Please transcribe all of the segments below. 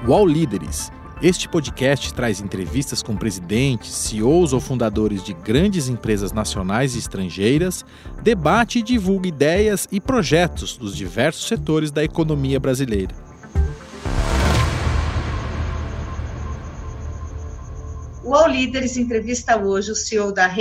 UOL Líderes. Este podcast traz entrevistas com presidentes, CEOs ou fundadores de grandes empresas nacionais e estrangeiras, debate e divulga ideias e projetos dos diversos setores da economia brasileira. O UOL Líderes entrevista hoje o CEO da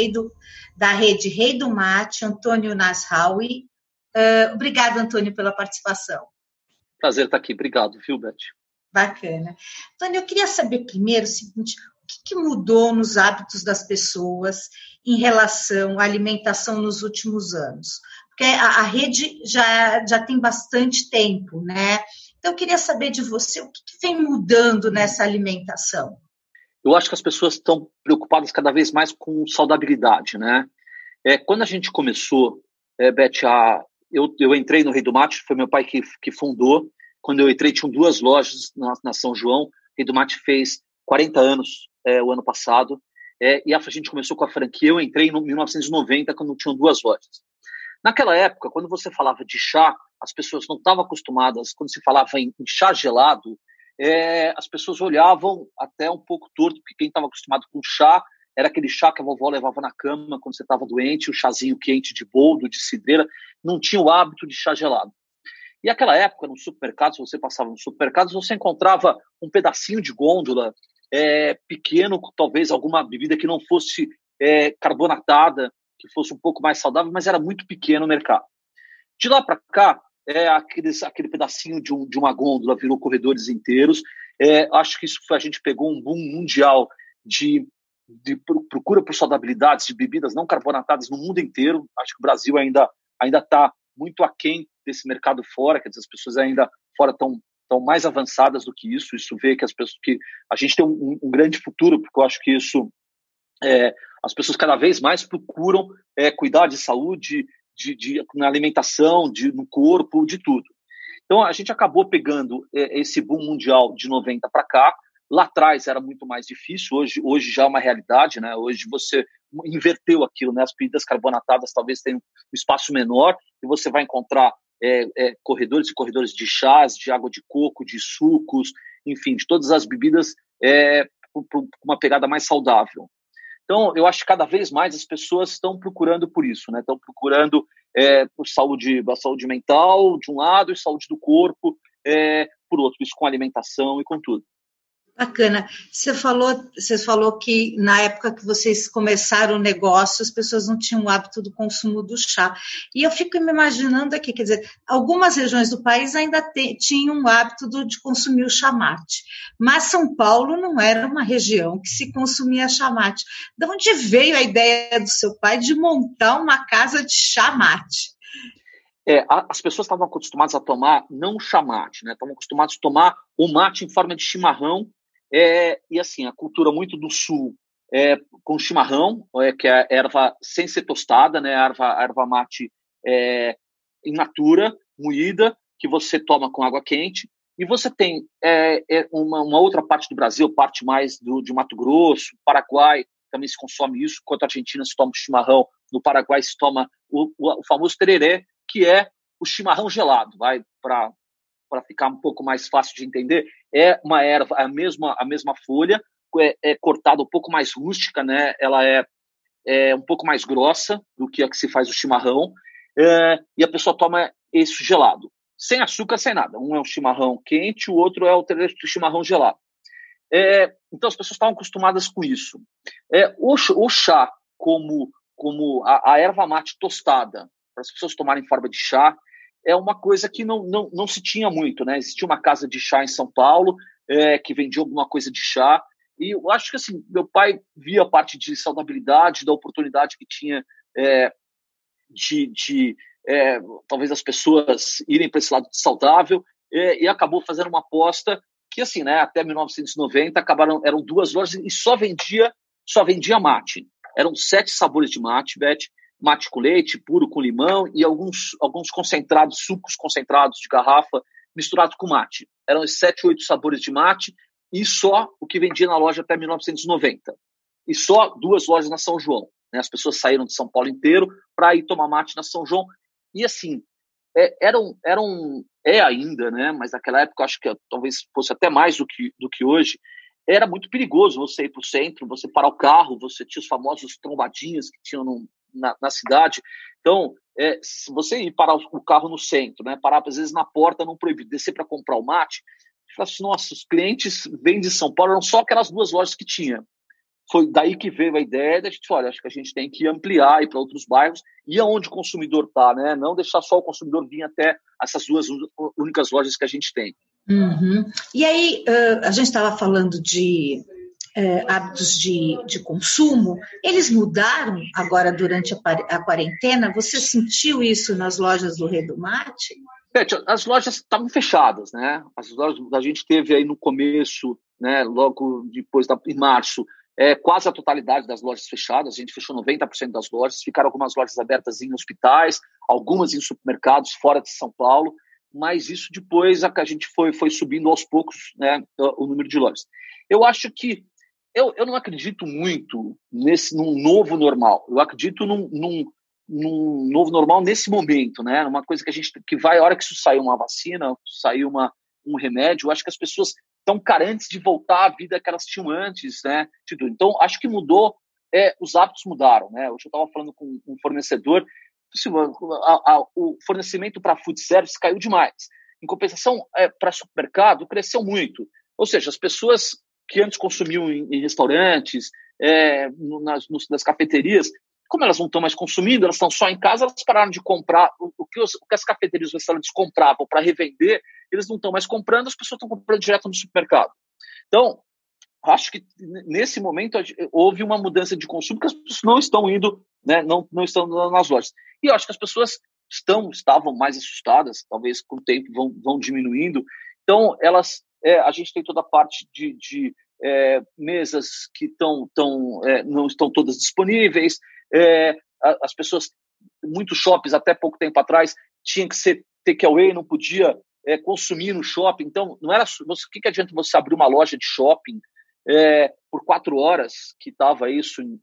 rede Rei do Mate, Antônio Nasraoui. Obrigado, Antônio, pela participação. Prazer estar aqui. Obrigado, viu, Beth? Bacana. Antônio, eu queria saber primeiro o seguinte: o que mudou nos hábitos das pessoas em relação à alimentação nos últimos anos? Porque a rede já tem bastante tempo, né? Então, eu queria saber de você o que vem mudando nessa alimentação. Eu acho que as pessoas estão preocupadas cada vez mais com saudabilidade, né? Quando a gente começou, Beth, eu entrei no Rei do Mate, foi meu pai que fundou. Quando eu entrei, tinham 2 lojas na São João. O Rei do Mate fez 40 anos o ano passado. E a gente começou com a franquia. Eu entrei em 1990, quando tinham 2 lojas. Naquela época, quando você falava de chá, as pessoas não estavam acostumadas. Quando se falava em chá gelado, as pessoas olhavam até um pouco torto, porque quem estava acostumado com chá era aquele chá que a vovó levava na cama quando você estava doente, o chazinho quente de boldo, de cidreira. Não tinha o hábito de chá gelado. E naquela época, nos supermercados, você passava nos supermercados, você encontrava um pedacinho de gôndola pequeno, talvez alguma bebida que não fosse carbonatada, que fosse um pouco mais saudável, mas era muito pequeno o mercado. De lá para cá, aquele pedacinho de uma gôndola virou corredores inteiros. Acho que a gente pegou um boom mundial de procura por saudabilidades, de bebidas não carbonatadas no mundo inteiro. Acho que o Brasil ainda está muito aquém desse mercado fora, quer dizer, as pessoas ainda fora estão mais avançadas do que isso. Isso vê que a gente tem um grande futuro, porque eu acho que isso as pessoas cada vez mais procuram cuidar de saúde, na alimentação, no corpo, de tudo. Então, a gente acabou pegando esse boom mundial de 90 para cá. Lá atrás era muito mais difícil, hoje já é uma realidade, né? Hoje você inverteu aquilo, né? As bebidas carbonatadas talvez tenham um espaço menor e você vai encontrar corredores e corredores de chás, de água de coco, de sucos, enfim, de todas as bebidas com uma pegada mais saudável. Então, eu acho que cada vez mais as pessoas estão procurando por isso, né? Estão procurando por a saúde mental, de um lado, e saúde do corpo, por outro, isso com alimentação e com tudo. Bacana. Você falou que na época que vocês começaram o negócio, as pessoas não tinham o hábito do consumo do chá. E eu fico me imaginando aqui, quer dizer, algumas regiões do país ainda tinham o hábito de consumir o chá mate. Mas São Paulo não era uma região que se consumia chá mate. De onde veio a ideia do seu pai de montar uma casa de chá mate? As pessoas estavam acostumadas a tomar não chá mate, né? Estavam acostumadas a tomar o mate em forma de chimarrão. E assim, a cultura muito do sul com chimarrão, que é a erva sem ser tostada, né? A erva mate in natura, moída, que você toma com água quente. E você tem uma outra parte do Brasil, parte mais de Mato Grosso, Paraguai, também se consome isso. Enquanto a Argentina se toma o chimarrão, no Paraguai se toma o famoso tereré, que é o chimarrão gelado, para ficar um pouco mais fácil de entender. É uma erva, a mesma folha, cortada um pouco mais rústica, né? Ela é um pouco mais grossa do que a que se faz o chimarrão, e a pessoa toma esse gelado, sem açúcar, sem nada. Um é um chimarrão quente, o outro é o chimarrão gelado. Então as pessoas estavam acostumadas com isso. O chá, como a erva mate tostada, para as pessoas tomarem em forma de chá, é uma coisa que não se tinha muito, né? Existia uma casa de chá em São Paulo que vendia alguma coisa de chá, e eu acho que assim, meu pai via a parte de saudabilidade, da oportunidade que tinha talvez as pessoas irem para esse lado saudável, e acabou fazendo uma aposta que assim, né? Até 1990 eram 2 lojas e só vendia mate. Eram 7 sabores de mate, Beth. Mate com leite, puro com limão e alguns sucos concentrados de garrafa misturados com mate. Eram 7, 8 sabores de mate e só o que vendia na loja até 1990. E só 2 lojas na São João. Né? As pessoas saíram de São Paulo inteiro para ir tomar mate na São João. E assim, é ainda, né? Mas naquela época, acho que talvez fosse até mais do que hoje, era muito perigoso você ir para o centro, você parar o carro, você tinha os famosos trombadinhas que tinham na cidade. Então, se você ir parar o carro no centro, né, parar às vezes na porta, não proibido, descer para comprar o mate, eu falei assim, nossa, os clientes vêm de São Paulo, eram só aquelas 2 lojas que tinha. Foi daí que veio a ideia da gente, olha, acho que a gente tem que ampliar, ir para outros bairros, e aonde o consumidor está, né? Não deixar só o consumidor vir até essas 2 únicas lojas que a gente tem. Uhum. E aí, a gente estava falando de hábitos de consumo, eles mudaram agora durante a quarentena? Você sentiu isso nas lojas do Rei do Mate? As lojas estavam fechadas, né? As lojas, a gente teve aí no começo, né, logo depois, em março, quase a totalidade das lojas fechadas, a gente fechou 90% das lojas, ficaram algumas lojas abertas em hospitais, algumas em supermercados fora de São Paulo, mas isso depois a gente foi subindo aos poucos, né, o número de lojas. Eu acho que eu não acredito muito num novo normal, eu acredito num novo normal nesse momento, né? Uma coisa que vai, a hora que isso sair uma vacina, sair um remédio, eu acho que as pessoas estão carentes de voltar à vida que elas tinham antes, né? Então, acho que mudou, os hábitos mudaram, né? Hoje eu estava falando com um fornecedor, o fornecimento para food service caiu demais. Em compensação, para supermercado, cresceu muito. Ou seja, as pessoas que antes consumiam em restaurantes, nas cafeterias, como elas não estão mais consumindo, elas estão só em casa, elas pararam de comprar o que as cafeterias e os restaurantes compravam para revender, eles não estão mais comprando, as pessoas estão comprando direto no supermercado. Então, acho que nesse momento houve uma mudança de consumo, que as pessoas não estão indo, né, não estão nas lojas. E eu acho que as pessoas estavam mais assustadas, talvez com o tempo vão diminuindo. Então, a gente tem toda a parte de mesas que não estão todas disponíveis. As pessoas, muitos shoppings até pouco tempo atrás tinha que ser takeaway, não podia consumir no shopping. Então, não era o que adianta você abrir uma loja de shopping por 4 horas, que estava isso em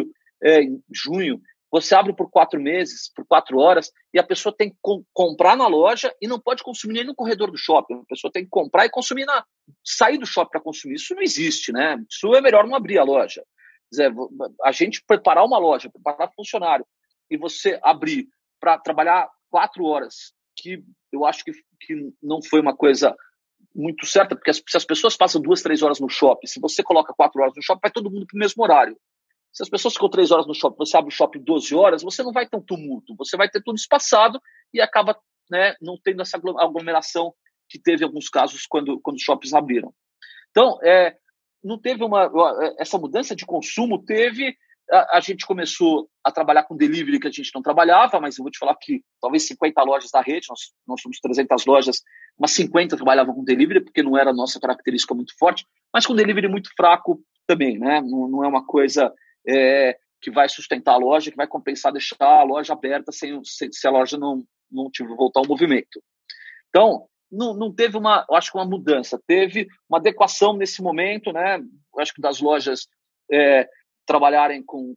junho, você abre por 4 meses, por 4 horas, e a pessoa tem que comprar na loja e não pode consumir nem no corredor do shopping. A pessoa tem que comprar e consumir sair do shopping para consumir. Isso não existe, né? Isso é melhor não abrir a loja. Quer dizer, a gente preparar uma loja, preparar funcionário, e você abrir para trabalhar 4 horas, que eu acho que não foi uma coisa muito certa, porque se as pessoas passam 2, 3 horas no shopping, se você coloca 4 horas no shopping, vai todo mundo para o mesmo horário. Se as pessoas ficam 3 horas no shopping, você abre o shopping 12 horas, você não vai ter um tumulto, você vai ter tudo espaçado e acaba, né, não tendo essa aglomeração que teve em alguns casos quando os shoppings abriram. Então, não teve essa mudança de consumo, a gente começou a trabalhar com delivery que a gente não trabalhava, mas eu vou te falar que talvez 50 lojas da rede, nós somos 300 lojas, umas 50 trabalhavam com delivery, porque não era a nossa característica muito forte, mas com delivery muito fraco também, né? Não é uma coisa que vai sustentar a loja, que vai compensar deixar a loja aberta se a loja não voltar ao movimento. Então, não teve eu acho que uma mudança, teve uma adequação nesse momento, né? Eu acho que das lojas trabalharem com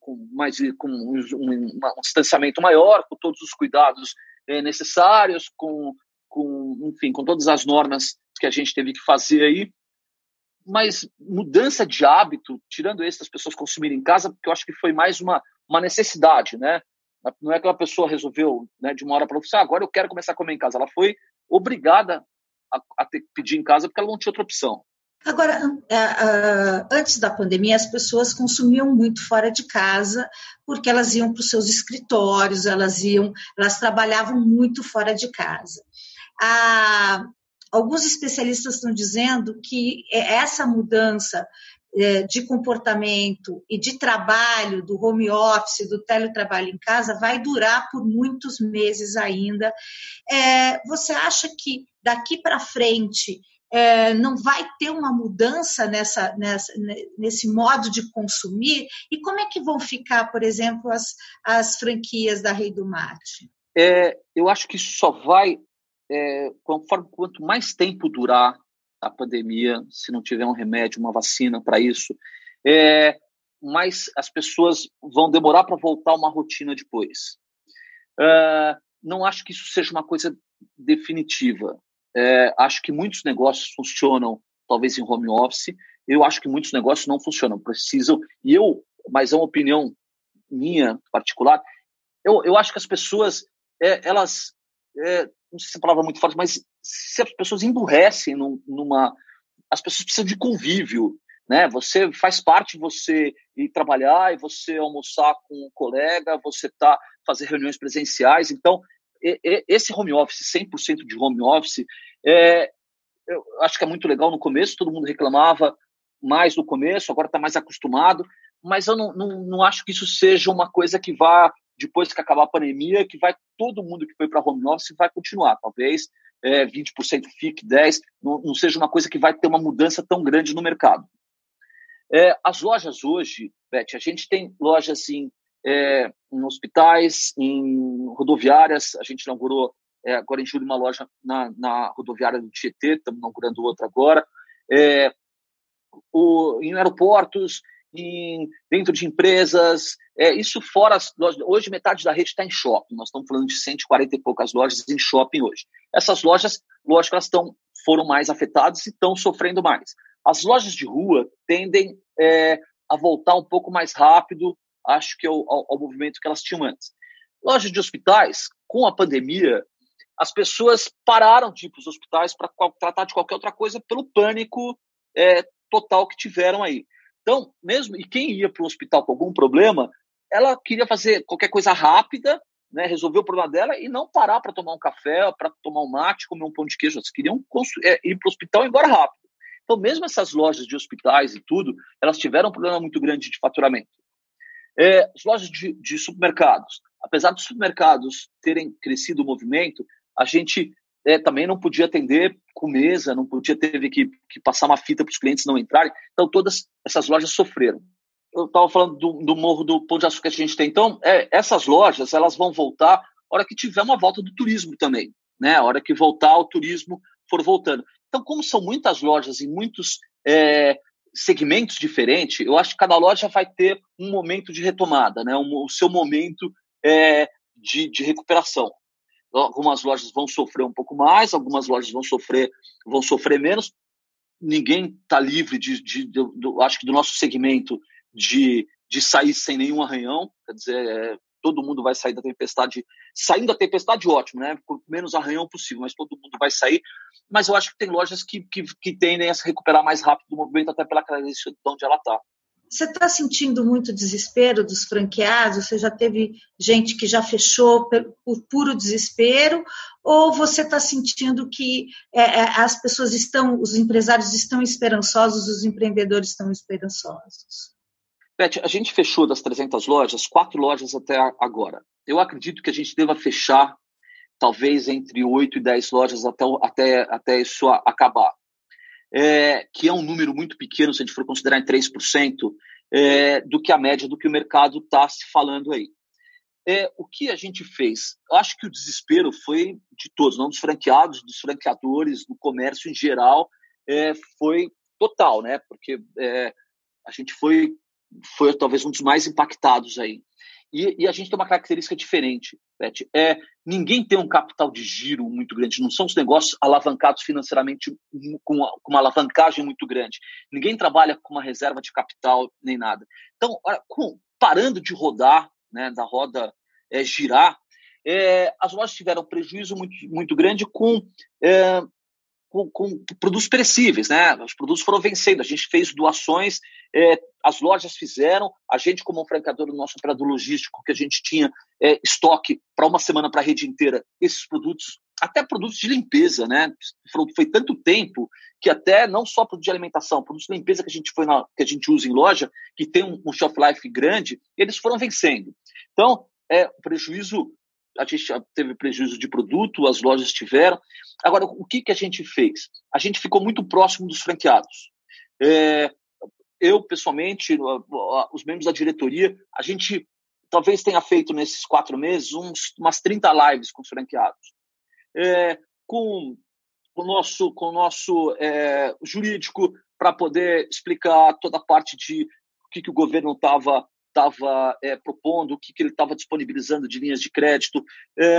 um distanciamento maior, com todos os cuidados necessários, enfim, com todas as normas que a gente teve que fazer aí. Mas mudança de hábito, tirando isso das pessoas consumirem em casa, porque eu acho que foi mais uma necessidade, né? Não é que uma pessoa resolveu, né, de uma hora para outra, agora eu quero começar a comer em casa. Ela foi obrigada a ter que pedir em casa porque ela não tinha outra opção. Agora, antes da pandemia, as pessoas consumiam muito fora de casa, porque elas iam para os seus escritórios, elas trabalhavam muito fora de casa. Alguns especialistas estão dizendo que essa mudança de comportamento e de trabalho, do home office, do teletrabalho em casa, vai durar por muitos meses ainda. Você acha que daqui para frente não vai ter uma mudança nesse modo de consumir? E como é que vão ficar, por exemplo, as franquias da Rei do Mate? Eu acho que isso só vai, quanto mais tempo durar a pandemia, se não tiver um remédio, uma vacina para isso, mais as pessoas vão demorar para voltar a uma rotina depois. não acho que isso seja uma coisa definitiva. Acho que muitos negócios funcionam, talvez, em home office. Eu acho que muitos negócios não funcionam, precisam. Mas é uma opinião minha particular. Eu acho que as pessoas, elas, não sei se é uma palavra muito forte, mas se as pessoas emburrecem as pessoas precisam de convívio, né? Você faz parte, você ir trabalhar e você almoçar com um colega, fazer reuniões presenciais. Então, esse home office, 100% de home office, eu acho que é muito legal no começo, todo mundo reclamava mais no começo, agora está mais acostumado, mas eu não acho que isso seja uma coisa que vá, depois que acabar a pandemia, que vai todo mundo que foi para home office vai continuar. Talvez 20% fique, 10%, não seja uma coisa que vai ter uma mudança tão grande no mercado. As lojas hoje, Beth, a gente tem lojas em hospitais, em rodoviárias. A gente inaugurou agora em julho uma loja na rodoviária do Tietê, estamos inaugurando outra agora, em aeroportos, dentro de empresas, isso fora as lojas. Hoje metade da rede está em shopping, nós estamos falando de 140 e poucas lojas em shopping hoje. Essas lojas, lógico, elas foram mais afetadas e estão sofrendo mais. As lojas de rua tendem a voltar um pouco mais rápido, acho que ao movimento que elas tinham antes. Lojas de hospitais, com a pandemia, as pessoas pararam de ir para os hospitais para tratar de qualquer outra coisa pelo pânico total que tiveram aí. Então, mesmo, e quem ia para o hospital com algum problema, ela queria fazer qualquer coisa rápida, né, resolver o problema dela e não parar para tomar um café, para tomar um mate, comer um pão de queijo. Elas queriam ir para o hospital e ir embora rápido. Então, mesmo essas lojas de hospitais e tudo, elas tiveram um problema muito grande de faturamento. As lojas de supermercados, apesar dos supermercados terem crescido o movimento, a gente também não podia atender com mesa, teve que passar uma fita para os clientes não entrarem. Então, todas essas lojas sofreram. Eu estava falando do Morro do Pão de Açúcar que a gente tem. Então, essas lojas elas vão voltar a hora que tiver uma volta do turismo também, né? A hora que voltar o turismo for voltando. Então, como são muitas lojas e muitos segmentos diferentes, eu acho que cada loja vai ter um momento de retomada, né? O seu momento de recuperação. Algumas lojas vão sofrer um pouco mais, algumas lojas vão sofrer menos. Ninguém está livre, acho que do nosso segmento, de sair sem nenhum arranhão. Quer dizer, todo mundo vai sair da tempestade. Saindo da tempestade, ótimo, né? Com menos arranhão possível, mas todo mundo vai sair. Mas eu acho que tem lojas que tendem a se recuperar mais rápido do movimento, até pela característica de onde ela está. Você está sentindo muito desespero dos franqueados? Você já teve gente que já fechou por puro desespero? Ou você está sentindo que as pessoas os empresários estão esperançosos, os empreendedores estão esperançosos? Beth, a gente fechou das 300 lojas, 4 lojas até agora. Eu acredito que a gente deva fechar talvez entre 8 e 10 lojas até isso acabar. Que é um número muito pequeno, se a gente for considerar em 3%, do que a média do que o mercado está se falando aí. O que a gente fez? Eu acho que o desespero foi de todos, não dos franqueados, dos franqueadores, do comércio em geral, foi total, né? Porque a gente foi talvez um dos mais impactados aí. E a gente tem uma característica diferente, Beth. Ninguém tem um capital de giro muito grande, não são os negócios alavancados financeiramente com uma alavancagem muito grande. Ninguém trabalha com uma reserva de capital nem nada. Então, parando de rodar, né, da roda girar, as lojas tiveram prejuízo muito, muito grande com produtos perecíveis, né? Os produtos foram vencendo, a gente fez doações, as lojas fizeram, a gente como um franqueador do nosso operador logístico, que a gente tinha estoque para uma semana para a rede inteira, esses produtos, até produtos de limpeza, né? Foi tanto tempo que até não só produtos de alimentação, produtos de limpeza que a gente usa em loja, que tem um shelf life grande, eles foram vencendo. Então, o prejuízo, a gente já teve prejuízo de produto, as lojas tiveram. Agora, o que a gente fez? A gente ficou muito próximo dos franqueados. Eu, pessoalmente, os membros da diretoria, a gente talvez tenha feito nesses 4 meses umas 30 lives com os franqueados. Com o nosso jurídico, para poder explicar toda a parte de o que o governo estava propondo, o que ele estava disponibilizando de linhas de crédito,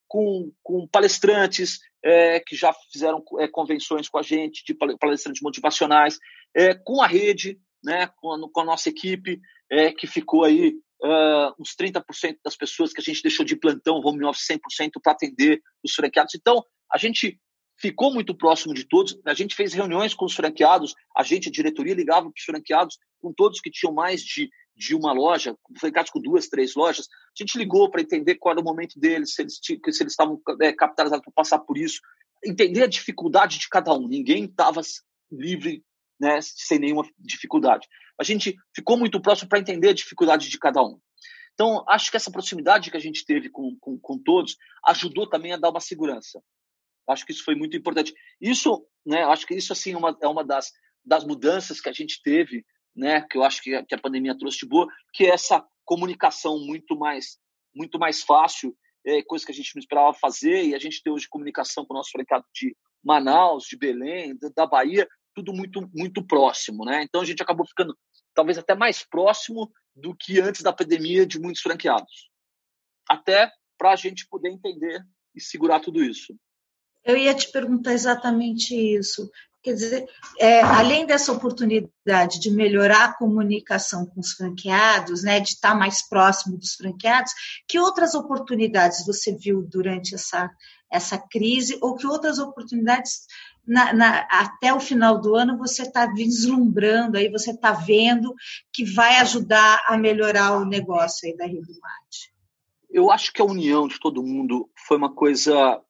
com palestrantes que já fizeram convenções com a gente, de palestrantes motivacionais, com a rede, né, com a nossa equipe, que ficou aí uns 30% das pessoas que a gente deixou de plantão, home office 100% para atender os franqueados. Então, a gente ficou muito próximo de todos, a gente fez reuniões com os franqueados, a diretoria ligava para os franqueados, com todos que tinham mais de uma loja, franqueados com 2, 3 lojas, a gente ligou para entender qual era o momento deles, se eles estavam capitalizados para passar por isso, entender a dificuldade de cada um, ninguém estava livre, né, sem nenhuma dificuldade. A gente ficou muito próximo para entender a dificuldade de cada um. Então, acho que essa proximidade que a gente teve com todos ajudou também a dar uma segurança. Acho que isso foi muito importante. Isso, né, acho que isso assim, é uma das mudanças que a gente teve, né, que eu acho que a pandemia trouxe de boa, que é essa comunicação muito mais fácil, coisa que a gente não esperava fazer, e a gente tem hoje comunicação com o nosso franqueado de Manaus, de Belém, da Bahia, tudo muito, muito próximo, né? Então a gente acabou ficando talvez até mais próximo do que antes da pandemia de muitos franqueados, até para a gente poder entender e segurar tudo isso. Eu ia te perguntar exatamente isso. Quer dizer, além dessa oportunidade de melhorar a comunicação com os franqueados, né, de estar mais próximo dos franqueados, que outras oportunidades você viu durante essa crise, ou que outras oportunidades até o final do ano você está vislumbrando, aí você está vendo que vai ajudar a melhorar o negócio aí da Rede Mate? Eu acho que a união de todo mundo foi uma coisa...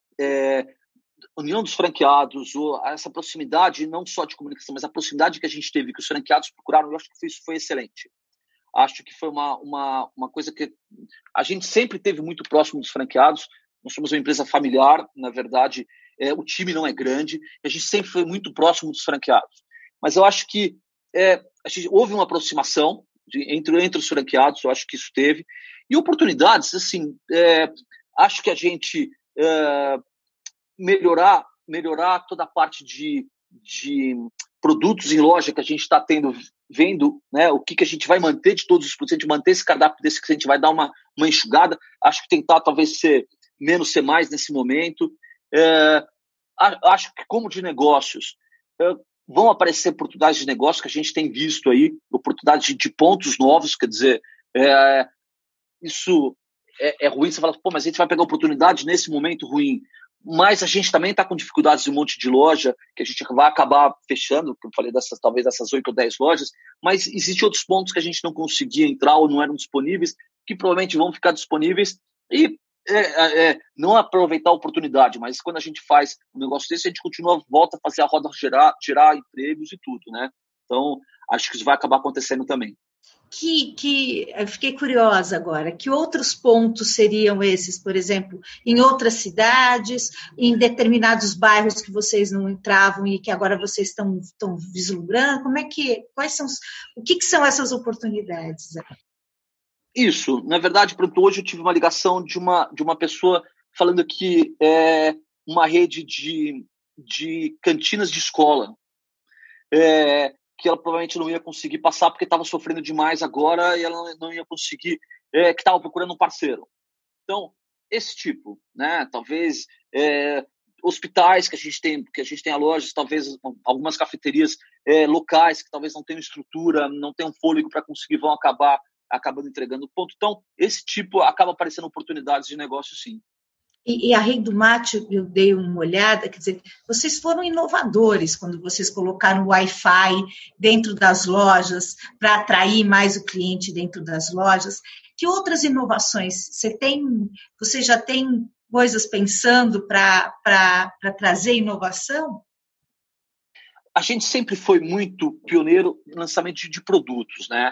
união dos franqueados, essa proximidade não só de comunicação, mas a proximidade que a gente teve, que os franqueados procuraram, eu acho que isso foi excelente. Acho que foi uma coisa que a gente sempre teve muito próximo dos franqueados. Nós somos uma empresa familiar, na verdade, o time não é grande, a gente sempre foi muito próximo dos franqueados. Mas eu acho que houve uma aproximação entre os franqueados, eu acho que isso teve. E oportunidades, assim, acho que a gente... melhorar toda a parte de produtos em loja que a gente está vendo, né, o que a gente vai manter de todos os produtos, a gente manter esse cardápio desse que a gente vai dar uma enxugada, acho que tentar talvez ser menos, ser mais nesse momento. Acho que como de negócios, vão aparecer oportunidades de negócio que a gente tem visto aí, oportunidades de pontos novos, quer dizer, isso é ruim, você fala, pô, mas a gente vai pegar oportunidade nesse momento ruim. Mas a gente também está com dificuldades de um monte de loja, que a gente vai acabar fechando, como eu falei, talvez dessas 8 ou 10 lojas, mas existem outros pontos que a gente não conseguia entrar ou não eram disponíveis, que provavelmente vão ficar disponíveis, e não aproveitar a oportunidade, mas quando a gente faz um negócio desse, a gente volta a fazer a roda gerar empregos e tudo, né? Então, acho que isso vai acabar acontecendo também. Eu fiquei curiosa agora, que outros pontos seriam esses, por exemplo, em outras cidades, em determinados bairros que vocês não entravam e que agora vocês estão vislumbrando? O que são essas oportunidades? Isso, na verdade, hoje eu tive uma ligação de uma pessoa falando que é uma rede de cantinas de escola, que ela provavelmente não ia conseguir passar porque estava sofrendo demais agora e ela não ia conseguir, que estava procurando um parceiro. Então, esse tipo, né? Talvez hospitais que a gente tem lojas, talvez algumas cafeterias locais que talvez não tenham estrutura, não tenham fôlego para conseguir, vão acabando entregando ponto. Então, esse tipo acaba aparecendo oportunidades de negócio, sim. E a Rei do Mate, eu dei uma olhada, quer dizer, vocês foram inovadores quando vocês colocaram o Wi-Fi dentro das lojas para atrair mais o cliente dentro das lojas. Que outras inovações você já tem coisas pensando para trazer inovação? A gente sempre foi muito pioneiro no lançamento de produtos, né?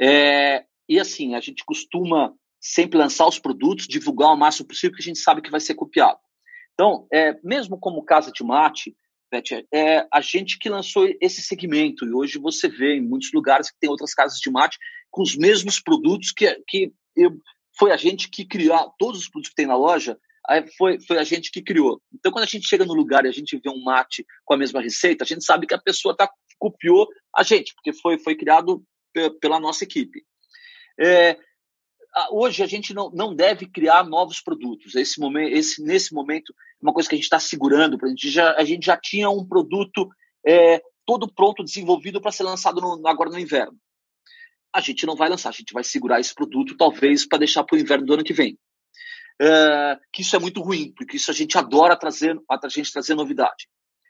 E assim, a gente costuma sempre lançar os produtos, divulgar o máximo possível, que a gente sabe que vai ser copiado. Então, mesmo como Casa de Mate, Beth, a gente que lançou esse segmento, e hoje você vê em muitos lugares que tem outras casas de mate com os mesmos produtos foi a gente que criou, todos os produtos que tem na loja, foi a gente que criou. Então, quando a gente chega no lugar e a gente vê um mate com a mesma receita, a gente sabe que a pessoa copiou a gente, porque foi criado pela nossa equipe. hoje a gente não deve criar novos produtos. Nesse momento, uma coisa que a gente está segurando, a gente já tinha um produto todo pronto, desenvolvido para ser lançado agora no inverno. A gente não vai lançar, a gente vai segurar esse produto, talvez, para deixar para o inverno do ano que vem. Que isso é muito ruim, porque isso a gente adora trazer novidade.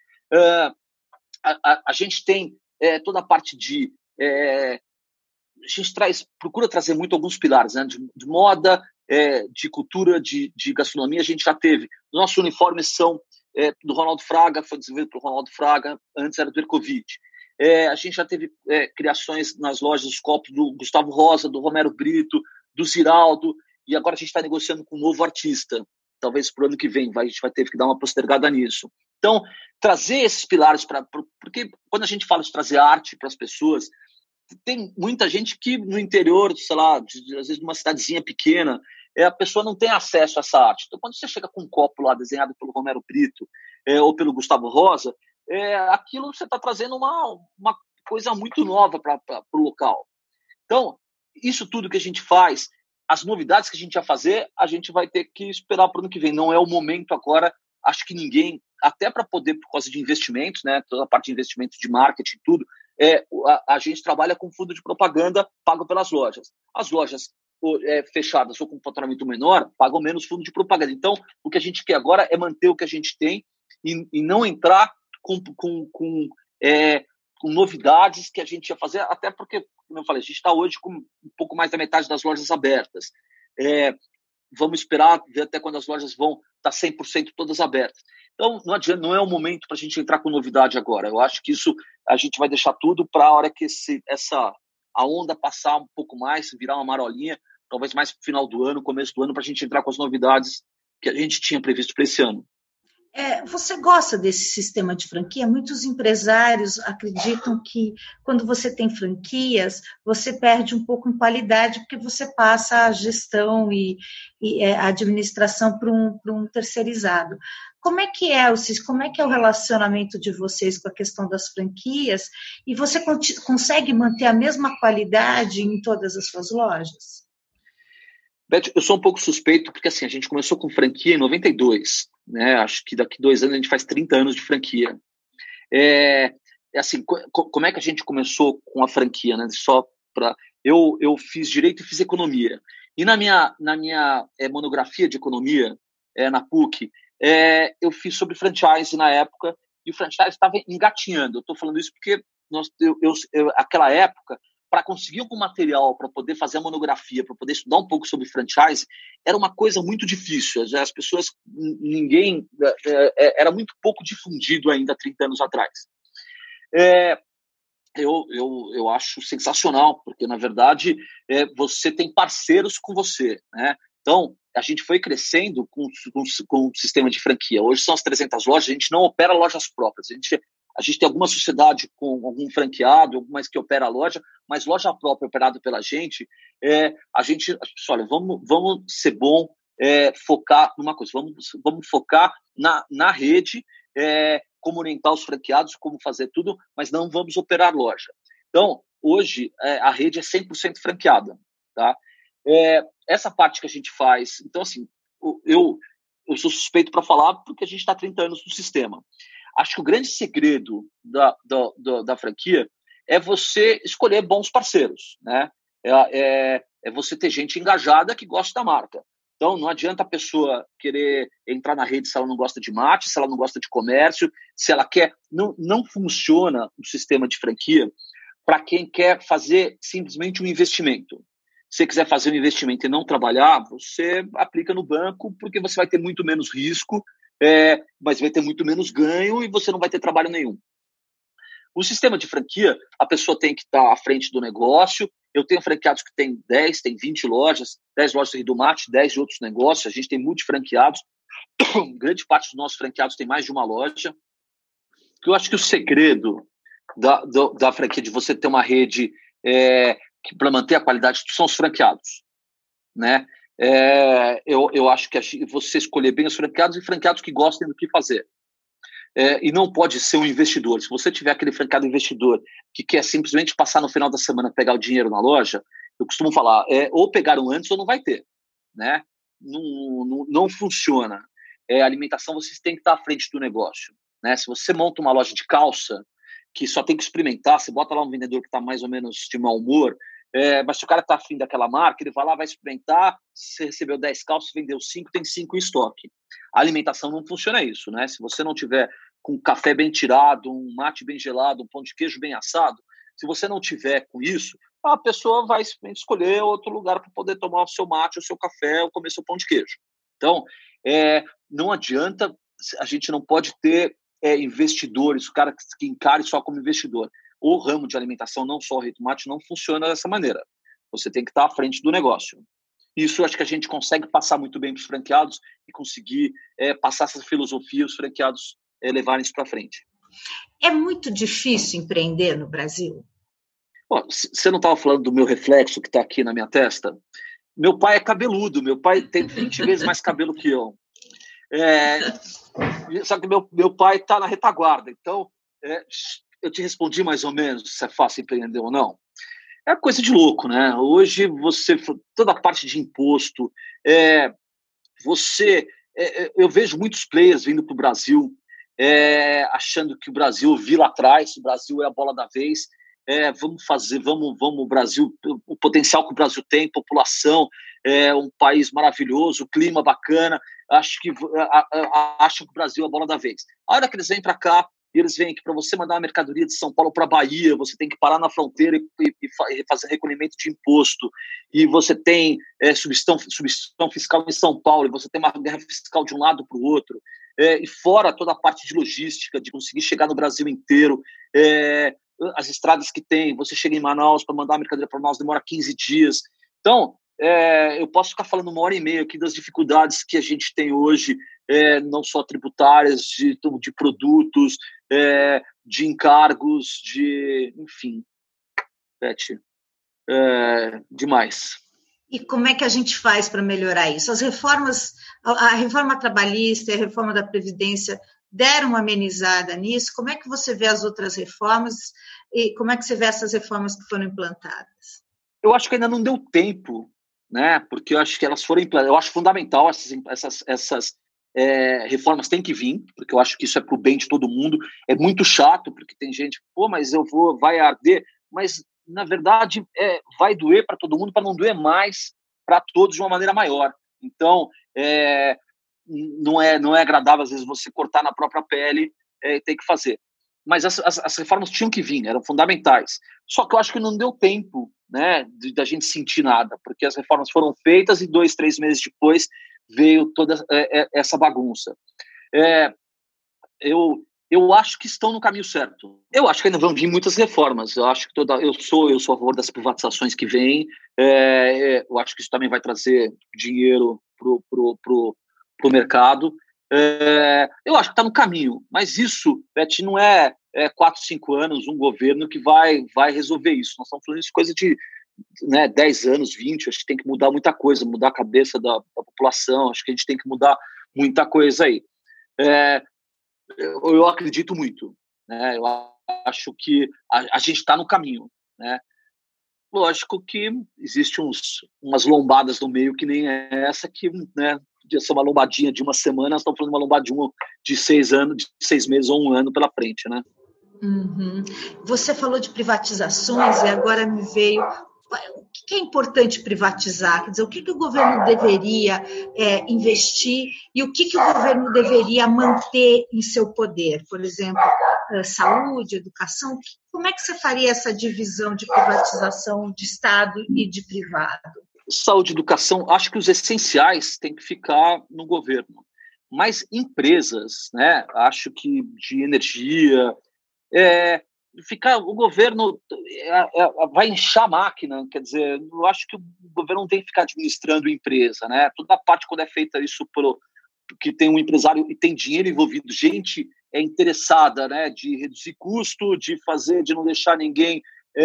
A gente tem toda a parte de... a gente procura trazer muito alguns pilares, né? De moda, de cultura, de gastronomia. A gente já teve. Nossos uniformes são do Ronaldo Fraga, foi desenvolvido pelo Ronaldo Fraga, antes era do Ercovit. A gente já teve criações nas lojas dos copos do Gustavo Rosa, do Romero Brito, do Ziraldo, e agora a gente está negociando com um novo artista. Talvez para o ano que vem, a gente vai ter que dar uma postergada nisso. Então, trazer esses pilares porque quando a gente fala de trazer arte para as pessoas, tem muita gente que no interior, sei lá, às vezes numa cidadezinha pequena, a pessoa não tem acesso a essa arte. Então, quando você chega com um copo lá desenhado pelo Romero Brito ou pelo Gustavo Rosa, aquilo você está trazendo uma coisa muito nova para o local. Então, isso tudo que a gente faz, as novidades que a gente vai fazer, a gente vai ter que esperar para o ano que vem. Não é o momento agora, acho que ninguém, até para poder, por causa de investimentos, né, toda a parte de investimentos de marketing e tudo, a gente trabalha com fundo de propaganda pago pelas lojas. As lojas fechadas ou com faturamento menor pagam menos fundo de propaganda. Então, o que a gente quer agora é manter o que a gente tem e não entrar com novidades que a gente ia fazer, até porque, como eu falei, a gente está hoje com um pouco mais da metade das lojas abertas. Vamos esperar ver até quando as lojas vão estar 100% todas abertas. Então, não adianta, não é o momento para a gente entrar com novidade agora. Eu acho que isso a gente vai deixar tudo para a hora que a onda passar um pouco mais, virar uma marolinha, talvez mais para o final do ano, começo do ano, para a gente entrar com as novidades que a gente tinha previsto para esse ano. Você gosta desse sistema de franquia? Muitos empresários acreditam que quando você tem franquias, você perde um pouco em qualidade, porque você passa a gestão e a administração para um terceirizado. Como é que é o relacionamento de vocês com a questão das franquias? E você consegue manter a mesma qualidade em todas as suas lojas? Beth, eu sou um pouco suspeito, porque assim, a gente começou com franquia em 92, né? Acho que daqui 2 anos a gente faz 30 anos de franquia. Assim, como é que a gente começou com a franquia, né? Eu fiz direito e fiz economia. E na minha monografia de economia, na PUC, eu fiz sobre franchise na época, e o franchise estava engatinhando. Eu estou falando isso porque aquela época, para conseguir algum material, para poder fazer a monografia, para poder estudar um pouco sobre franchise, era uma coisa muito difícil. As pessoas, era muito pouco difundido ainda 30 anos atrás. Eu acho sensacional, porque, na verdade, você tem parceiros com você, né? Então, a gente foi crescendo com o sistema de franquia. Hoje são as 300 lojas, a gente não opera lojas próprias. A gente tem alguma sociedade com algum franqueado, algumas que opera a loja, mas loja própria operada pela gente, a gente olha, vamos ser bom, focar numa coisa, vamos focar na rede, como orientar os franqueados, como fazer tudo, mas não vamos operar loja. Então, hoje, a rede é 100% franqueada, tá? Essa parte que a gente faz, então, assim, eu sou suspeito para falar porque a gente está há 30 anos no sistema. Acho que o grande segredo da franquia é você escolher bons parceiros, né? É você ter gente engajada que gosta da marca. Então, não adianta a pessoa querer entrar na rede se ela não gosta de mate, se ela não gosta de comércio, se ela quer... Não funciona o sistema de franquia para quem quer fazer simplesmente um investimento. Se você quiser fazer um investimento e não trabalhar, você aplica no banco, porque você vai ter muito menos risco, mas vai ter muito menos ganho e você não vai ter trabalho nenhum. O sistema de franquia, a pessoa tem que estar à frente do negócio. Eu tenho franqueados que têm 10, tem 20 lojas, 10 lojas do Rio do Mate, 10 de outros negócios. A gente tem multifranqueados. Grande parte dos nossos franqueados tem mais de uma loja. Eu acho que o segredo da franquia, de você ter uma rede para manter a qualidade, são os franqueados, né? Eu acho que você escolher bem os franqueados e franqueados que gostem do que fazer. E não pode ser um investidor. Se você tiver aquele franqueado investidor que quer simplesmente passar no final da semana, pegar o dinheiro na loja, eu costumo falar, ou pegaram antes ou não vai ter, né? Não funciona. A alimentação, vocês têm que estar à frente do negócio, né? Se você monta uma loja de calça, que só tem que experimentar, você bota lá um vendedor que está mais ou menos de mau humor, mas se o cara está afim daquela marca, ele vai lá, vai experimentar, você recebeu 10 calças, vendeu 5, tem 5 em estoque. A alimentação não funciona isso, né? Se você não tiver com um café bem tirado, um mate bem gelado, um pão de queijo bem assado, se você não tiver com isso, a pessoa vai escolher outro lugar para poder tomar o seu mate, o seu café, ou comer seu pão de queijo. Então, não adianta, a gente não pode ter investidores, o cara que encare só como investidor. O ramo de alimentação, não só o Rei do Mate, não funciona dessa maneira. Você tem que estar à frente do negócio. Isso eu acho que a gente consegue passar muito bem para os franqueados e conseguir passar essa filosofia os franqueados levarem isso para frente. É muito difícil empreender no Brasil? Bom, você não estava falando do meu reflexo que está aqui na minha testa? Meu pai é cabeludo, meu pai tem 20 vezes mais cabelo que eu. Só que meu pai está na retaguarda, então eu te respondi mais ou menos se é fácil empreender ou não. É coisa de louco, né? Hoje toda a parte de imposto, eu vejo muitos players vindo para o Brasil, achando que o Brasil, eu vi lá atrás, o Brasil é a bola da vez. Vamos, o Brasil, o potencial que o Brasil tem, população, um país maravilhoso, clima bacana, acho que o Brasil é a bola da vez. A hora que eles vêm para cá, eles veem que para você mandar uma mercadoria de São Paulo para Bahia, você tem que parar na fronteira e fazer recolhimento de imposto, e você tem substituição fiscal em São Paulo, e você tem uma guerra fiscal de um lado para o outro, e fora toda a parte de logística, de conseguir chegar no Brasil inteiro, as estradas que tem, você chega em Manaus para mandar a mercadoria para Manaus, demora 15 dias. Então, eu posso ficar falando 1h30 aqui das dificuldades que a gente tem hoje, não só tributárias, de produtos, de encargos, enfim, Beth, demais. E como é que a gente faz para melhorar isso? As reformas, a reforma trabalhista e a reforma da Previdência deram uma amenizada nisso? Como é que você vê as outras reformas e como é que você vê essas reformas que foram implantadas? Eu acho que ainda não deu tempo, né? Porque eu acho que elas foram implantadas. Eu acho fundamental essas reformas têm que vir, porque eu acho que isso é para o bem de todo mundo. É muito chato, porque tem gente, mas vai arder. Mas, na verdade, vai doer para todo mundo, para não doer mais para todos de uma maneira maior. Então, não é agradável, às vezes, você cortar na própria pele e ter que fazer. Mas as reformas tinham que vir, eram fundamentais. Só que eu acho que não deu tempo, né, da gente sentir nada, porque as reformas foram feitas e 2, 3 meses depois veio toda essa bagunça. Eu acho que estão no caminho certo. Eu acho que ainda vão vir muitas reformas. Eu acho que eu sou a favor das privatizações que vêm. Eu acho que isso também vai trazer dinheiro pro mercado. Eu acho que está no caminho, mas isso, Beth, não é 4, 5 anos um governo que vai resolver isso. Nós estamos falando de coisa de 10 anos, 20, acho que tem que mudar muita coisa, mudar a cabeça da população, acho que a gente tem que mudar muita coisa aí. Eu acredito muito, né? Eu acho que a gente está no caminho, né? Lógico que existe umas lombadas no meio que nem essa que, né, podia ser uma lombadinha de uma semana, nós estamos falando de uma lombadinha de 6 anos, de 6 meses ou 1 ano pela frente, né? Uhum. Você falou de privatizações e agora me veio o que é importante privatizar? Quer dizer, o que o governo deveria investir e o que o governo deveria manter em seu poder? Por exemplo, saúde, educação. Como é que você faria essa divisão de privatização de Estado e de privado? Saúde e educação, acho que os essenciais têm que ficar no governo. Mas empresas, né, acho que de energia, o governo vai inchar a máquina, quer dizer, eu acho que o governo não tem que ficar administrando empresa, né? Toda a parte quando é feita isso que tem um empresário e tem dinheiro envolvido, gente interessada, né, de reduzir custo, de não deixar ninguém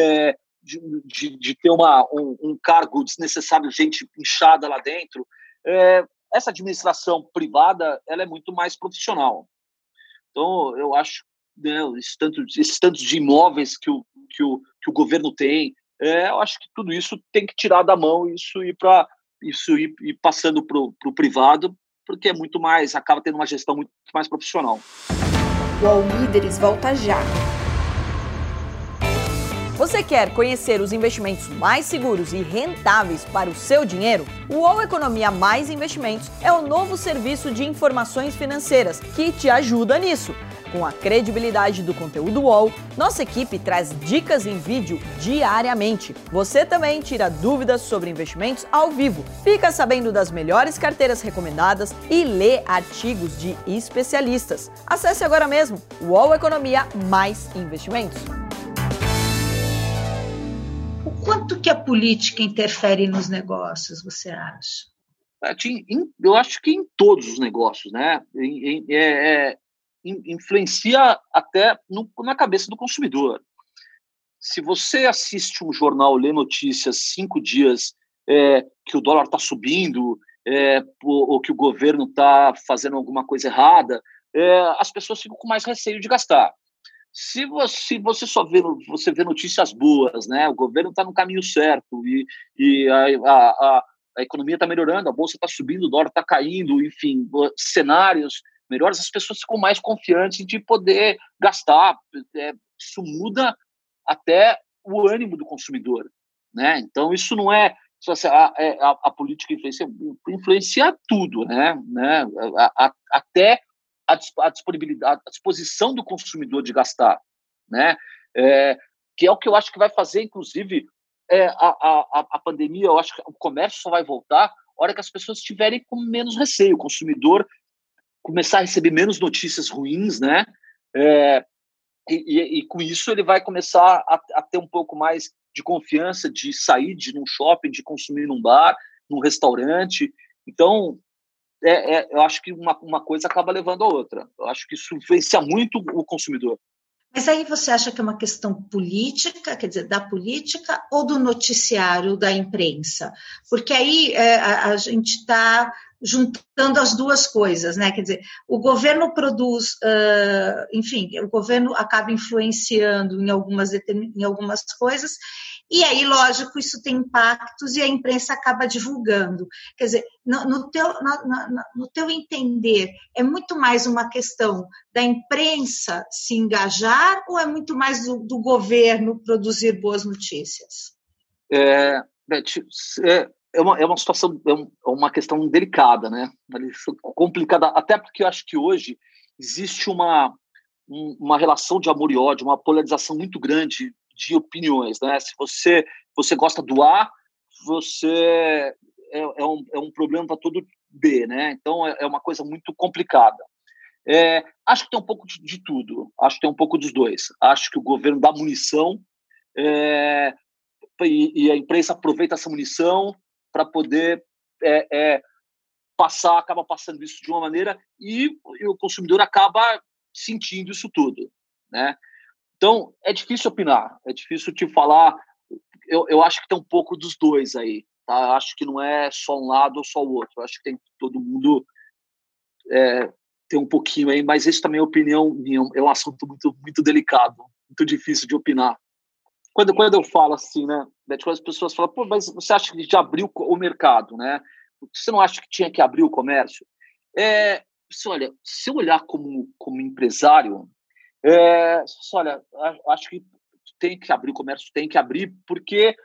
de ter um cargo desnecessário, gente inchada lá dentro. Essa administração privada, ela é muito mais profissional. Então, eu acho, né, esses tantos de imóveis que o governo tem, eu acho que tudo isso tem que tirar da mão, isso ir passando para o privado, porque é muito mais, acaba tendo uma gestão muito mais profissional. O UOL Líderes volta já. Você quer conhecer os investimentos mais seguros e rentáveis para o seu dinheiro? O UOL Economia Mais Investimentos é o novo serviço de informações financeiras que te ajuda nisso. Com a credibilidade do conteúdo UOL, nossa equipe traz dicas em vídeo diariamente. Você também tira dúvidas sobre investimentos ao vivo, fica sabendo das melhores carteiras recomendadas e lê artigos de especialistas. Acesse agora mesmo o UOL Economia Mais Investimentos. Quanto que a política interfere nos negócios, você acha? Eu acho que em todos os negócios, né? Influencia até na cabeça do consumidor. Se você assiste um jornal, lê notícias 5 dias que o dólar está subindo, ou que o governo está fazendo alguma coisa errada, as pessoas ficam com mais receio de gastar. Se você só vê notícias boas, né? O governo está no caminho certo e a economia está melhorando, a bolsa está subindo, o dólar está caindo, enfim, cenários melhores, as pessoas ficam mais confiantes de poder gastar. Isso muda até o ânimo do consumidor, né? Então isso não é só a política influencia tudo, né? Até a disponibilidade, a disposição do consumidor de gastar, né? Que é o que eu acho que vai fazer, inclusive, a pandemia. Eu acho que o comércio só vai voltar na hora que as pessoas estiverem com menos receio, o consumidor começar a receber menos notícias ruins, né? E com isso ele vai começar a ter um pouco mais de confiança de sair de um shopping, de consumir num bar, num restaurante. Então, eu acho que uma coisa acaba levando a outra. Eu acho que isso influencia muito o consumidor. Mas aí você acha que é uma questão política, quer dizer, da política ou do noticiário, da imprensa? Porque aí a gente está juntando as duas coisas, né? Quer dizer, o governo produz, enfim, o governo acaba influenciando em algumas coisas, e aí, lógico, isso tem impactos e a imprensa acaba divulgando. Quer dizer, no teu entender, é muito mais uma questão da imprensa se engajar ou é muito mais do governo produzir boas notícias? Beth, é uma situação, uma questão delicada, né? Complicada, até porque eu acho que hoje existe uma relação de amor e ódio, uma polarização muito grande de opiniões, né? Se você gosta do A, você é um problema para todo B, né? Então é uma coisa muito complicada. Acho que tem um pouco de tudo. Acho que tem um pouco dos dois. Acho que o governo dá munição e a imprensa aproveita essa munição para poder acaba passando isso de uma maneira e o consumidor acaba sentindo isso tudo, né? Então, é difícil opinar, é difícil te falar. Eu acho que tem um pouco dos dois aí, tá? Acho que não é só um lado ou só o outro. Acho que tem todo mundo tem um pouquinho aí, mas isso também é opinião minha, é um assunto muito, muito delicado, muito difícil de opinar. Quando eu falo assim, né, as pessoas falam, pô, mas você acha que já abriu o mercado, né? Você não acha que tinha que abrir o comércio? Se eu olhar como empresário, olha, acho que tem que abrir o comércio, tem que abrir, porque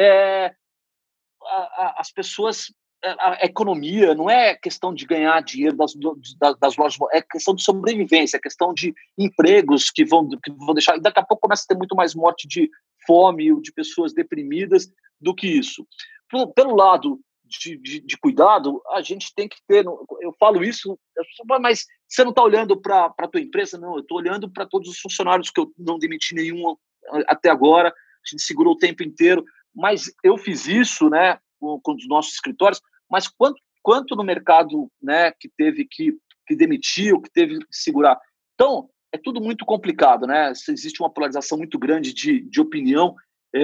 as pessoas, a economia não é questão de ganhar dinheiro das lojas, é questão de sobrevivência, é questão de empregos que vão deixar, e daqui a pouco começa a ter muito mais morte de fome, de pessoas deprimidas do que isso. Pelo lado de cuidado, a gente tem que ter, eu falo isso, mas você não está olhando para a tua empresa? Não, eu estou olhando para todos os funcionários que eu não demiti nenhum até agora, a gente segurou o tempo inteiro, mas eu fiz isso, né, com os nossos escritórios, mas quanto no mercado, né, que teve que demitiu, que teve que segurar. Então, é tudo muito complicado, né? Existe uma polarização muito grande de opinião,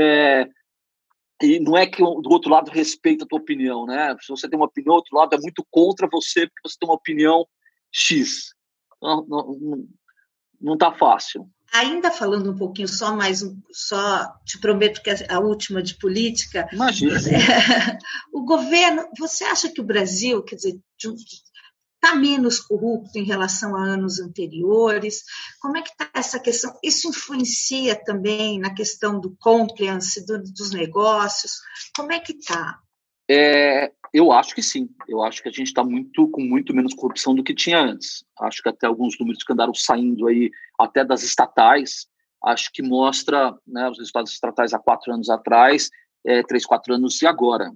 e não é que do outro lado respeita a tua opinião, né? Se você tem uma opinião, o outro lado é muito contra você porque você tem uma opinião X. Não tá fácil. Ainda falando um pouquinho, só te prometo que é a última de política. Imagina. O governo, você acha que o Brasil, quer dizer, está menos corrupto em relação a anos anteriores? Como é que está essa questão? Isso influencia também na questão do compliance, dos negócios? Como é que está? Eu acho que sim. Eu acho que a gente está com muito menos corrupção do que tinha antes. Acho que até alguns números que andaram saindo aí, até das estatais, acho que mostra, né, os resultados estatais há 4 anos atrás, 3, 4 anos e agora.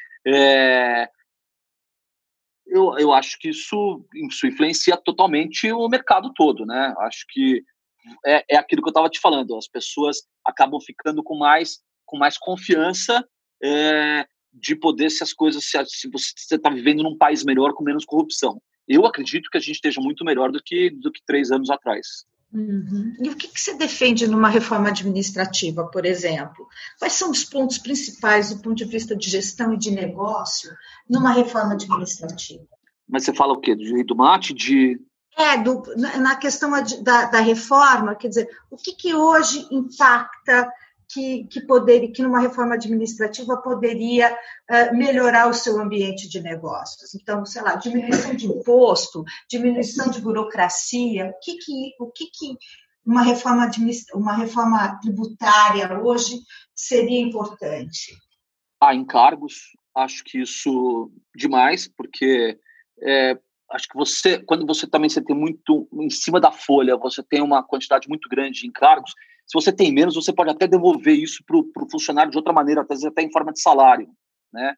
Eu acho que isso influencia totalmente o mercado todo, né? Acho que é aquilo que eu estava te falando. As pessoas acabam ficando com mais confiança de poder, se você está vivendo num país melhor, com menos corrupção. Eu acredito que a gente esteja muito melhor do que 3 anos atrás. Uhum. E o que você defende numa reforma administrativa, por exemplo? Quais são os pontos principais do ponto de vista de gestão e de negócio numa reforma administrativa? Mas você fala o quê? Do mate? Na questão da reforma, quer dizer, o que hoje impacta que numa reforma administrativa poderia melhorar o seu ambiente de negócios? Então, sei lá, diminuição de imposto, diminuição de burocracia, o que uma reforma tributária hoje seria importante? Encargos, acho que isso demais, porque acho que quando você tem muito em cima da folha, você tem uma quantidade muito grande de encargos. Se você tem menos, você pode até devolver isso para o funcionário de outra maneira, às vezes até em forma de salário, né?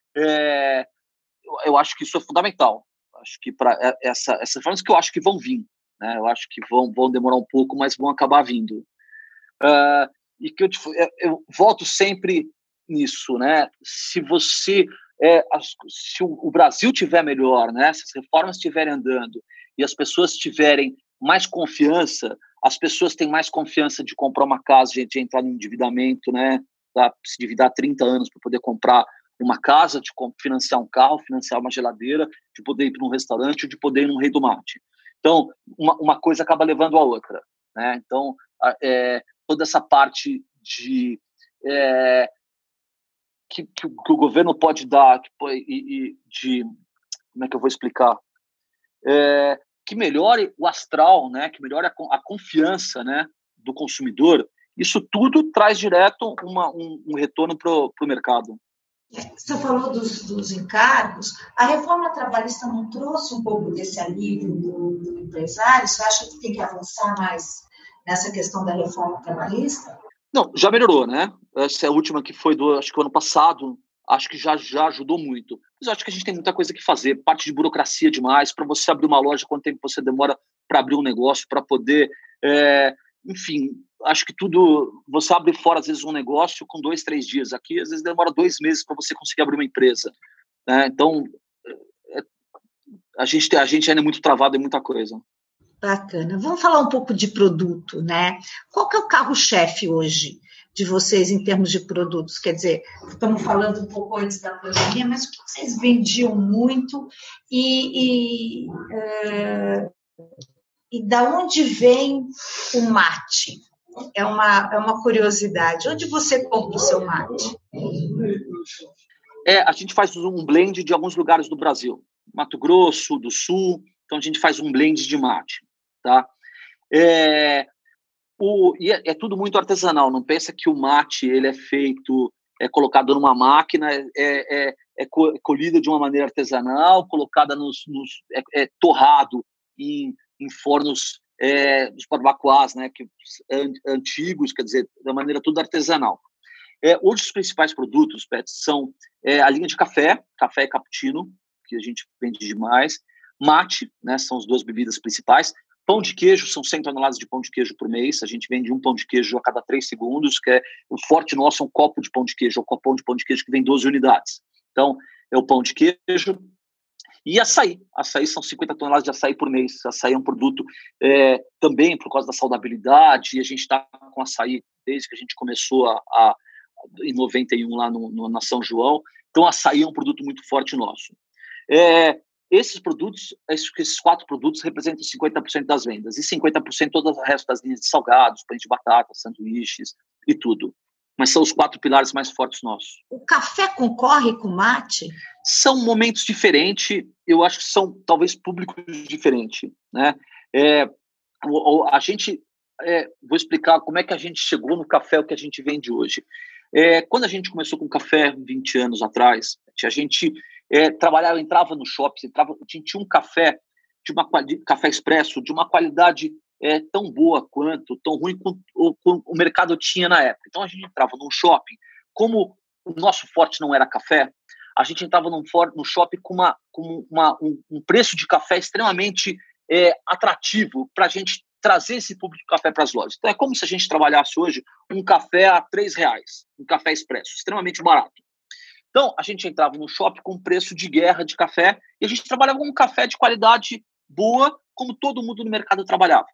Eu acho que isso é fundamental. Acho que para essas formas que eu acho que vão vir, né? Eu acho que vão demorar um pouco, mas vão acabar vindo. E que eu volto sempre nisso, né? Se o Brasil estiver melhor, né? Se as reformas estiverem andando e as pessoas tiverem mais confiança, as pessoas têm mais confiança de comprar uma casa, de entrar no endividamento, né? Se endividar 30 anos para poder comprar uma casa, de financiar um carro, financiar uma geladeira, de poder ir para um restaurante, de poder ir num Rei do Mate. Então, uma coisa acaba levando a outra, né? Então, toda essa parte de que o governo pode dar, como é que eu vou explicar? Que melhore o astral, né? Que melhore a confiança, né, do consumidor. Isso tudo traz direto um retorno para o mercado. Você falou dos encargos. A reforma trabalhista não trouxe um pouco desse alívio do empresário? Você acha que tem que avançar mais nessa questão da reforma trabalhista? Não, já melhorou, né? Essa é a última que foi acho que o ano passado, acho que já ajudou muito. Mas eu acho que a gente tem muita coisa que fazer, parte de burocracia demais, para você abrir uma loja, quanto tempo você demora para abrir um negócio, para poder... enfim, acho que tudo... Você abre fora, às vezes, um negócio com 2, 3 dias. Aqui, às vezes, demora 2 meses para você conseguir abrir uma empresa. Né? Então, a gente ainda é muito travado em muita coisa. Bacana. Vamos falar um pouco de produto, né? Qual que é o carro-chefe hoje de vocês em termos de produtos? Quer dizer, estamos falando um pouco antes da pandemia, mas o que vocês vendiam muito e da onde vem o mate? É uma curiosidade. Onde você compra o seu mate? A gente faz um blend de alguns lugares do Brasil. Mato Grosso, do Sul. Então, a gente faz um blend de mate. Tá? É tudo muito artesanal. Não pensa que o mate ele é feito, colocado numa máquina, colhido de uma maneira artesanal, colocada torrado em fornos dos barbacoás, né, antigos, quer dizer, da maneira tudo artesanal. Hoje os principais produtos, Pet, são a linha de café e cappuccino, que a gente vende demais, mate, né, são as 2 bebidas principais. Pão de queijo, são 100 toneladas de pão de queijo por mês. A gente vende um pão de queijo a cada 3 segundos, que o forte nosso é um copo de pão de queijo, o copão de pão de queijo que vem 12 unidades. Então, é o pão de queijo. E açaí. Açaí são 50 toneladas de açaí por mês. Açaí é um produto também por causa da saudabilidade. E a gente está com açaí desde que a gente começou em 91 lá na São João. Então, açaí é um produto muito forte nosso. esses produtos, esses 4 produtos representam 50% das vendas e 50% todo o resto das linhas de salgados, pães de batata, sanduíches e tudo. Mas são os 4 pilares mais fortes nossos. O café concorre com o mate? São momentos diferentes, eu acho que são talvez públicos diferentes, né? A gente, vou explicar como é que a gente chegou no café, o que a gente vende hoje. Quando a gente começou com café 20 anos atrás, a gente trabalhava, entrava no shopping, a gente tinha um café, café expresso, de uma qualidade tão boa quanto, tão ruim quanto o mercado tinha na época. Então a gente entrava num shopping, como o nosso forte não era café, a gente entrava no shopping com um preço de café extremamente atrativo para a gente trazer esse público de café para as lojas. Então é como se a gente trabalhasse hoje um café a R$3, um café expresso, extremamente barato. Então a gente entrava no shopping com preço de guerra de café e a gente trabalhava com um café de qualidade boa, como todo mundo no mercado trabalhava.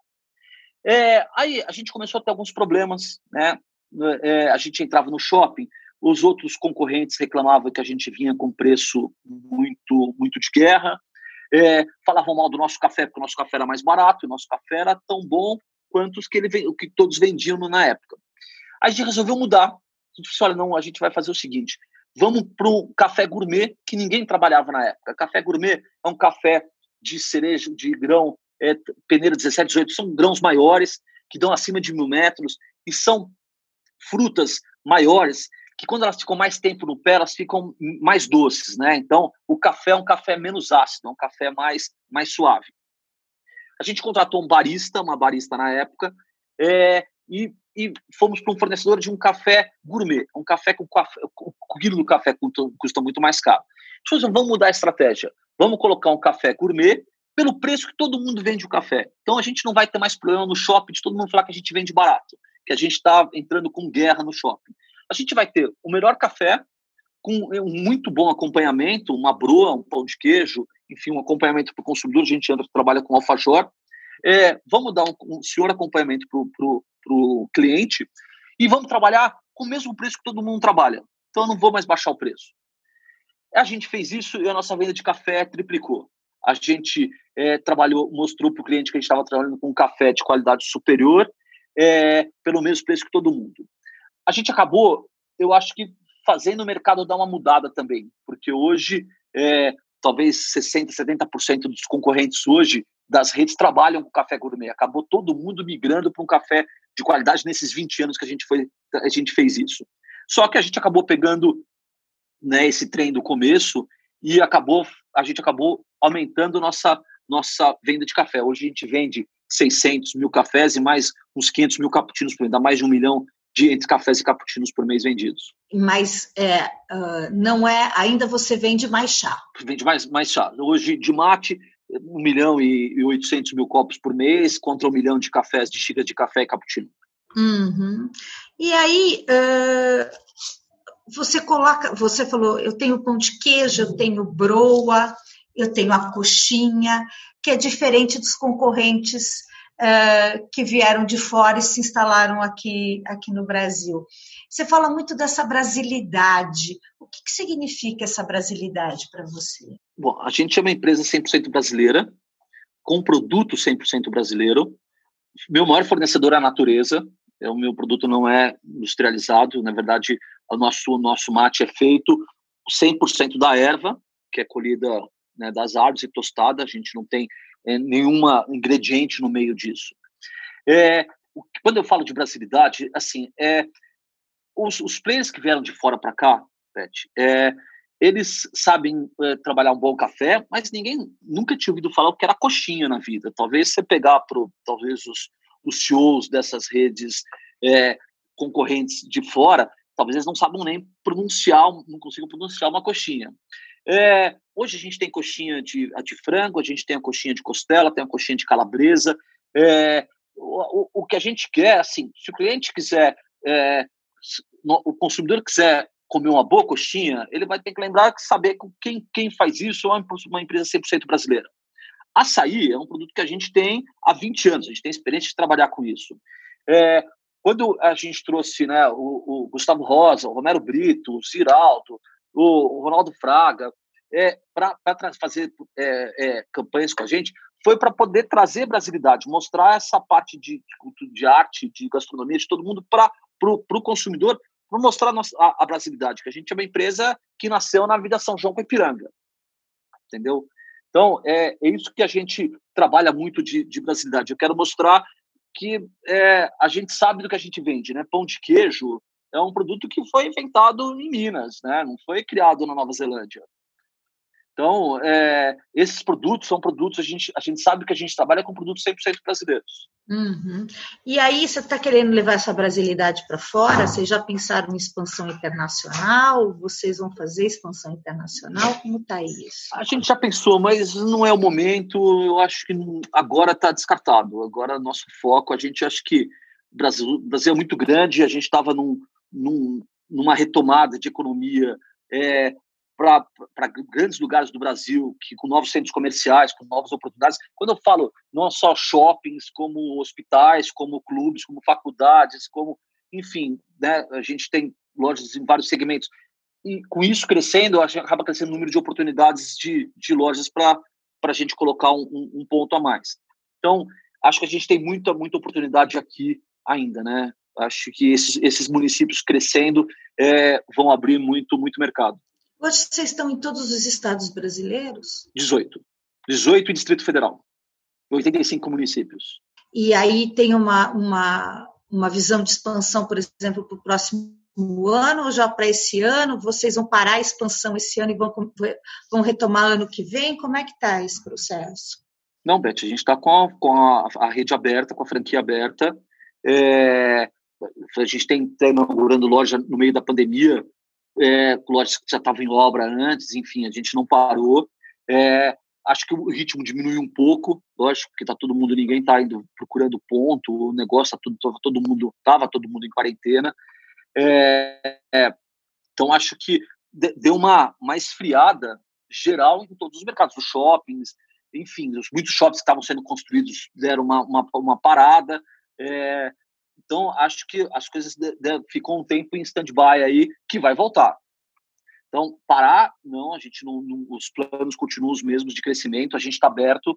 Aí a gente começou a ter alguns problemas, né? A gente entrava no shopping, os outros concorrentes reclamavam que a gente vinha com preço muito, muito de guerra, falavam mal do nosso café, porque o nosso café era mais barato, o nosso café era tão bom quanto o que todos vendiam na época. Aí a gente resolveu mudar. A gente disse, olha, não, a gente vai fazer o seguinte, vamos para um café gourmet que ninguém trabalhava na época. Café gourmet é um café de cereja, de grão, peneira 17, 18, são grãos maiores, que dão acima de 1.000 metros, e são frutas maiores, que quando elas ficam mais tempo no pé, elas ficam mais doces, né? Então, o café é um café menos ácido, é um café mais suave. A gente contratou uma barista na época, e fomos para um fornecedor de um café gourmet, um café o quilo do café custa muito mais caro. Vamos mudar a estratégia, vamos colocar um café gourmet pelo preço que todo mundo vende o café. Então, a gente não vai ter mais problema no shopping de todo mundo falar que a gente vende barato, que a gente está entrando com guerra no shopping. A gente vai ter o melhor café, com um muito bom acompanhamento, uma broa, um pão de queijo, enfim, um acompanhamento para o consumidor. A gente trabalha com alfajor. Vamos dar um senhor acompanhamento para o cliente e vamos trabalhar com o mesmo preço que todo mundo trabalha. Então, eu não vou mais baixar o preço. A gente fez isso e a nossa venda de café triplicou. A gente mostrou para o cliente que a gente estava trabalhando com um café de qualidade superior, pelo mesmo preço que todo mundo. A gente acabou, eu acho que, fazendo o mercado dar uma mudada também, porque hoje, talvez 60%, 70% dos concorrentes hoje das redes trabalham com café gourmet. Acabou todo mundo migrando para um café de qualidade nesses 20 anos que a gente fez isso. Só que a gente acabou pegando, né, esse trem do começo e a gente acabou aumentando nossa venda de café. Hoje a gente vende 600 mil cafés e mais uns 500 mil cappuccinos por mês, dá mais de 1 milhão entre cafés e cappuccinos por mês vendidos. Mas não ainda você vende mais chá. Vende mais chá. Hoje, de mate, 1 milhão e 800 mil copos por mês, contra 1 milhão de cafés, de xícaras de café e cappuccino. Uhum. E aí, você falou, eu tenho pão de queijo, eu tenho broa, eu tenho a coxinha, que é diferente dos concorrentes que vieram de fora e se instalaram aqui no Brasil. Você fala muito dessa brasilidade. O que significa essa brasilidade para você? Bom, a gente é uma empresa 100% brasileira, com produto 100% brasileiro. Meu maior fornecedor é a natureza. O meu produto não é industrializado. Na verdade, o nosso mate é feito 100% da erva, que é colhida, né, das árvores e tostada. A gente não tem nenhum ingrediente no meio disso. Quando eu falo de brasilidade, assim, os players que vieram de fora para cá, Beth, eles sabem trabalhar um bom café, mas ninguém nunca tinha ouvido falar o que era coxinha na vida. Talvez você pegar talvez os CEOs dessas redes concorrentes de fora, talvez eles não saibam nem não consigam pronunciar uma coxinha. Hoje a gente tem coxinha de frango, a gente tem a coxinha de costela, tem a coxinha de calabresa. O que a gente quer, assim, se o cliente quiser, o consumidor quiser comer uma boa coxinha, ele vai ter que lembrar que saber quem faz isso é uma empresa 100% brasileira. Açaí é um produto que a gente tem há 20 anos, a gente tem experiência de trabalhar com isso. Quando a gente trouxe, né, o Gustavo Rosa, o Romero Brito, o Ziraldo, o Ronaldo Fraga, para fazer campanhas com a gente, foi para poder trazer brasilidade, mostrar essa parte de cultura, de arte, de gastronomia, de todo mundo para o consumidor, para mostrar a brasilidade, que a gente é uma empresa que nasceu na Avenida São João com Ipiranga, entendeu? Então, é isso que a gente trabalha muito de brasilidade. Eu quero mostrar que a gente sabe do que a gente vende, né? Pão de queijo é um produto que foi inventado em Minas, né? Não foi criado na Nova Zelândia. Então, esses produtos são produtos, a gente sabe que a gente trabalha com produtos 100% brasileiros. Uhum. E aí, você está querendo levar essa brasilidade para fora? Vocês já pensaram em expansão internacional? Vocês vão fazer expansão internacional? Como está isso? A gente já pensou, mas não é o momento. Eu acho que agora está descartado. Agora, nosso foco, a gente acha que o Brasil é muito grande, a gente estava numa retomada de economia para grandes lugares do Brasil, com novos centros comerciais, com novas oportunidades. Quando eu falo não só shoppings, como hospitais, como clubes, como faculdades, enfim, né, a gente tem lojas em vários segmentos. E com isso crescendo, acaba crescendo o número de oportunidades de lojas para a gente colocar um ponto a mais. Então, acho que a gente tem muita oportunidade aqui ainda, né? Acho que esses municípios crescendo vão abrir muito mercado. Hoje vocês estão em todos os estados brasileiros? 18 em Distrito Federal, 85 municípios. E aí tem uma visão de expansão, por exemplo, para o próximo ano, ou já para esse ano? Vocês vão parar a expansão esse ano e vão retomar ano que vem? Como é que está esse processo? Não, Beth, a gente está com a rede aberta, com a franquia aberta. A gente está inaugurando loja no meio da pandemia, lojas que já estavam em obra antes, enfim, a gente não parou. Acho que o ritmo diminuiu um pouco, lógico, porque ninguém está indo procurando ponto, o negócio estava todo mundo em quarentena. Então, acho que deu uma esfriada geral em todos os mercados, os shoppings, enfim, muitos shoppings que estavam sendo construídos deram uma parada. Então, acho que as coisas ficou um tempo em stand-by aí, que vai voltar. Então, parar, não, a gente os planos continuam os mesmos de crescimento, a gente está aberto.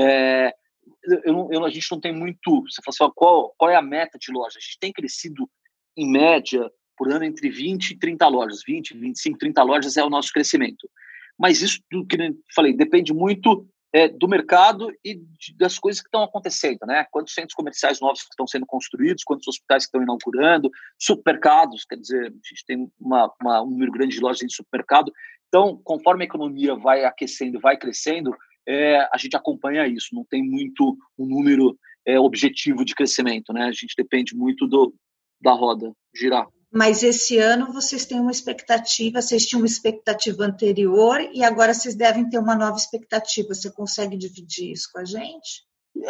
A gente não tem muito. Você fala assim, qual é a meta de loja? A gente tem crescido, em média, por ano, entre 20 e 30 lojas. 20, 25, 30 lojas é o nosso crescimento. Mas isso, do que eu falei, depende muito do mercado e das coisas que estão acontecendo, né? Quantos centros comerciais novos que estão sendo construídos, quantos hospitais que estão inaugurando, supermercados, quer dizer, a gente tem um número grande de lojas em supermercado. Então, conforme a economia vai aquecendo, vai crescendo, a gente acompanha isso, não tem muito um número objetivo de crescimento, né? A gente depende muito da roda girar. Mas esse ano vocês têm uma expectativa, vocês tinham uma expectativa anterior e agora vocês devem ter uma nova expectativa. Você consegue dividir isso com a gente?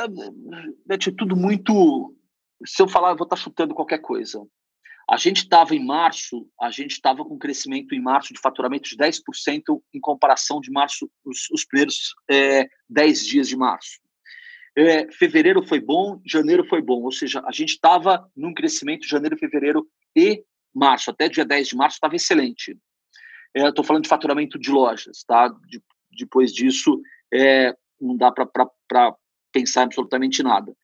É tudo muito... Se eu falar, eu vou estar chutando qualquer coisa. A gente estava em março, com um crescimento em março de faturamento de 10% em comparação de março, os primeiros 10 dias de março. Fevereiro foi bom, janeiro foi bom, ou seja, a gente estava num crescimento janeiro, fevereiro e março, até dia 10 de março estava excelente. Estou falando de faturamento de lojas, tá? Depois disso, não dá para pensar absolutamente nada.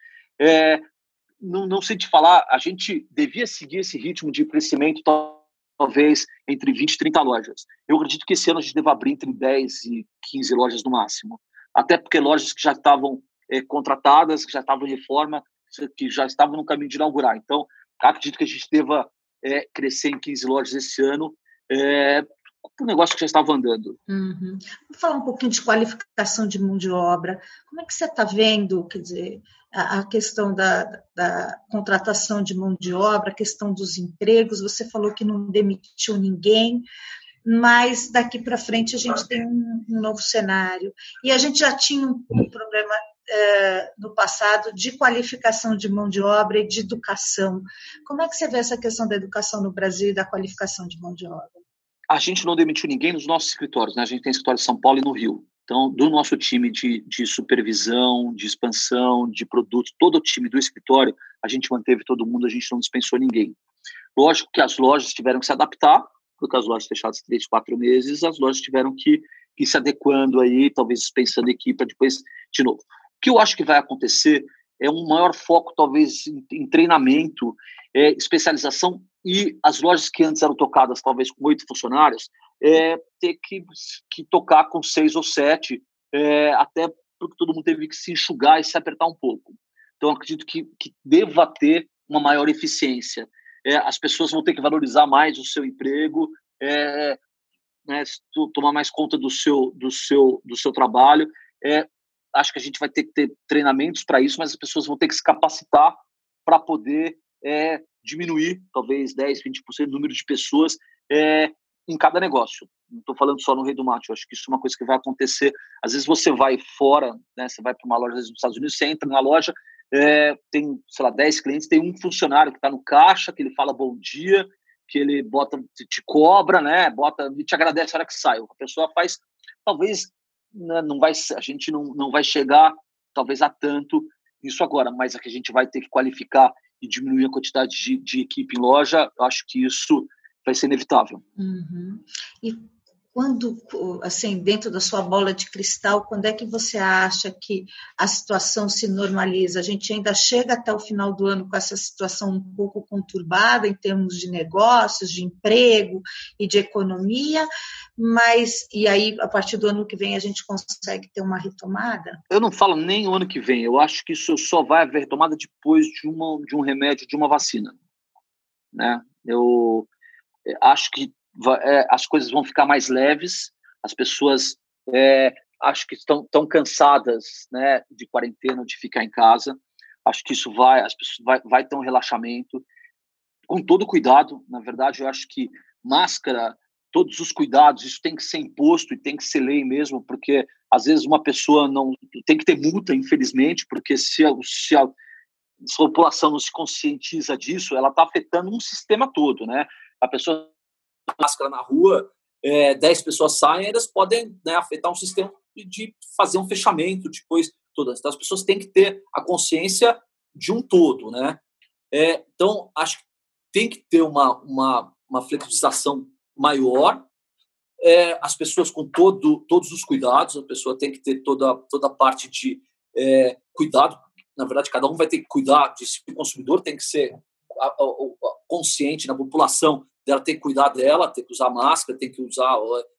Não sei te falar, a gente devia seguir esse ritmo de crescimento, talvez entre 20 e 30 lojas. Eu acredito que esse ano a gente deva abrir entre 10 e 15 lojas no máximo. Até porque lojas que já estavam contratadas, que já estavam em reforma, que já estavam no caminho de inaugurar. Então, acredito que a gente deva crescer em 15 lojas esse ano, um negócio que já estava andando. Uhum. Vamos falar um pouquinho de qualificação de mão de obra. Como é que você está vendo, quer dizer, a questão da contratação de mão de obra, a questão dos empregos? Você falou que não demitiu ninguém, mas daqui para frente a gente tem um novo cenário. E a gente já tinha um problema no passado de qualificação de mão de obra e de educação. Como é que você vê essa questão da educação no Brasil e da qualificação de mão de obra? A gente não demitiu ninguém nos nossos escritórios, né? A gente tem escritório em São Paulo e no Rio. Então, do nosso time de supervisão, de expansão, de produtos, todo o time do escritório, a gente manteve todo mundo, a gente não dispensou ninguém. Lógico que as lojas tiveram que se adaptar, porque as lojas fechadas 3, 4 meses, as lojas tiveram que ir se adequando aí, talvez pensando aqui para depois de novo. O que eu acho que vai acontecer é um maior foco, talvez, em treinamento, especialização, e as lojas que antes eram tocadas, talvez, com 8 funcionários, ter que tocar com 6 ou 7, até porque todo mundo teve que se enxugar e se apertar um pouco. Então, acredito que deva ter uma maior eficiência. As pessoas vão ter que valorizar mais o seu emprego, né, tomar mais conta do seu trabalho. Acho que a gente vai ter que ter treinamentos para isso, mas as pessoas vão ter que se capacitar para poder diminuir, talvez, 10%, 20% do número de pessoas em cada negócio. Não estou falando só no Rei do Mate, eu acho que isso é uma coisa que vai acontecer. Às vezes você vai fora, né, você vai para uma loja, às vezes nos Estados Unidos, você entra na loja, tem, sei lá, 10 clientes, tem um funcionário que está no caixa, que ele fala bom dia, que ele te cobra, né, e te agradece a hora que sai. A pessoa faz, talvez, né, a gente não vai chegar, talvez, a tanto isso agora, mas é que a gente vai ter que qualificar e diminuir a quantidade de equipe em loja. Eu acho que isso vai ser inevitável. Uhum. E quando, assim, dentro da sua bola de cristal, quando é que você acha que a situação se normaliza? A gente ainda chega até o final do ano com essa situação um pouco conturbada em termos de negócios, de emprego e de economia, e aí, a partir do ano que vem, a gente consegue ter uma retomada? Eu não falo nem o ano que vem, eu acho que isso só vai haver retomada depois de um remédio, de uma vacina, né? Eu acho que as coisas vão ficar mais leves, as pessoas acho que estão cansadas, né, de quarentena, de ficar em casa. Acho que isso as pessoas vai ter um relaxamento, com todo cuidado. Na verdade, eu acho que máscara, todos os cuidados, isso tem que ser imposto e tem que ser lei mesmo, porque às vezes uma pessoa não tem que ter multa, infelizmente, porque se a população não se conscientiza disso, ela está afetando um sistema todo, né? A pessoa máscara na rua, 10 pessoas saem, elas podem, né, afetar um sistema de fazer um fechamento depois. Todas. Então, as pessoas têm que ter a consciência de um todo, né? Então, acho que tem que ter uma flexibilização maior, as pessoas com todos os cuidados, a pessoa tem que ter toda a parte de cuidado. Na verdade, cada um vai ter que cuidar de si. O consumidor tem que ser consciente na população, dela ter que cuidar dela, ter que usar máscara, tem que usar,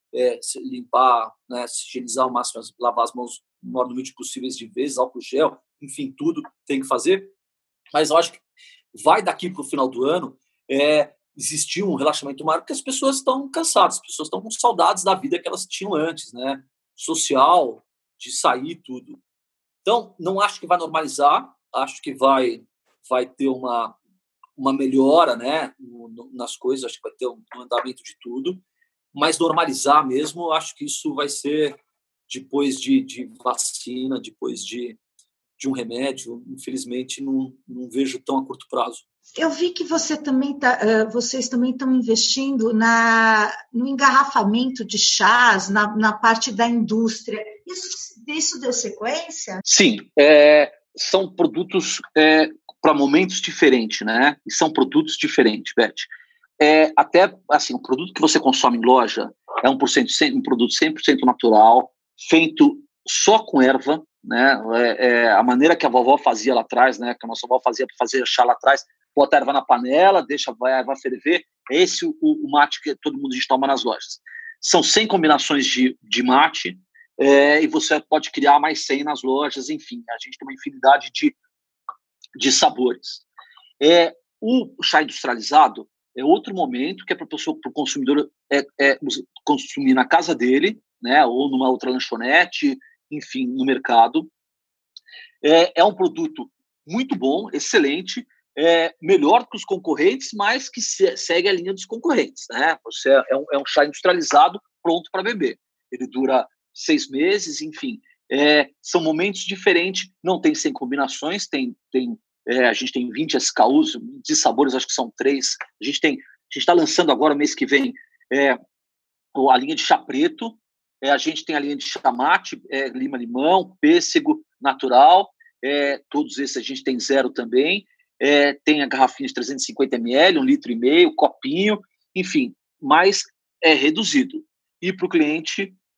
limpar, né, se higienizar ao máximo, lavar as mãos o maior número de possíveis de vezes, álcool gel, enfim, tudo tem que fazer. Mas eu acho que vai daqui para o final do ano existir um relaxamento maior, porque as pessoas estão cansadas, as pessoas estão com saudades da vida que elas tinham antes, né? Social, de sair, tudo. Então, não acho que vai normalizar, acho que vai ter uma melhora, né, nas coisas, acho que vai ter um andamento de tudo, mas normalizar mesmo, acho que isso vai ser depois de vacina, depois de um remédio. Infelizmente, não vejo tão a curto prazo. Eu vi que vocês também estão investindo no engarrafamento de chás, na parte da indústria. Isso deu sequência? Sim, são produtos para momentos diferentes, né? E são produtos diferentes, Beth. Até, assim, o produto que você consome em loja é um produto 100% natural, feito só com erva, né? A maneira que a vovó fazia lá atrás, né? Que a nossa avó fazia para fazer chá lá atrás, bota a erva na panela, deixa a erva ferver. É esse o mate que todo mundo toma nas lojas. São 100 combinações de mate, e você pode criar mais 100 nas lojas. Enfim, a gente tem uma infinidade de sabores. O chá industrializado é outro momento que é para o consumidor consumir na casa dele, né, ou numa outra lanchonete, enfim, no mercado. É um produto muito bom, excelente, melhor que os concorrentes, mas que segue a linha dos concorrentes, né? É um chá industrializado pronto para beber. Ele dura 6 meses, enfim. São momentos diferentes, não tem 100 combinações, a gente tem 20 SKUs de sabores, acho que são 3. A gente está lançando agora, mês que vem, a linha de chá preto, a gente tem a linha de chá mate, lima-limão, pêssego natural, todos esses a gente tem 0 também, tem a garrafinha de 350 ml, 1,5 litro, copinho, enfim, mas é reduzido. E para o cliente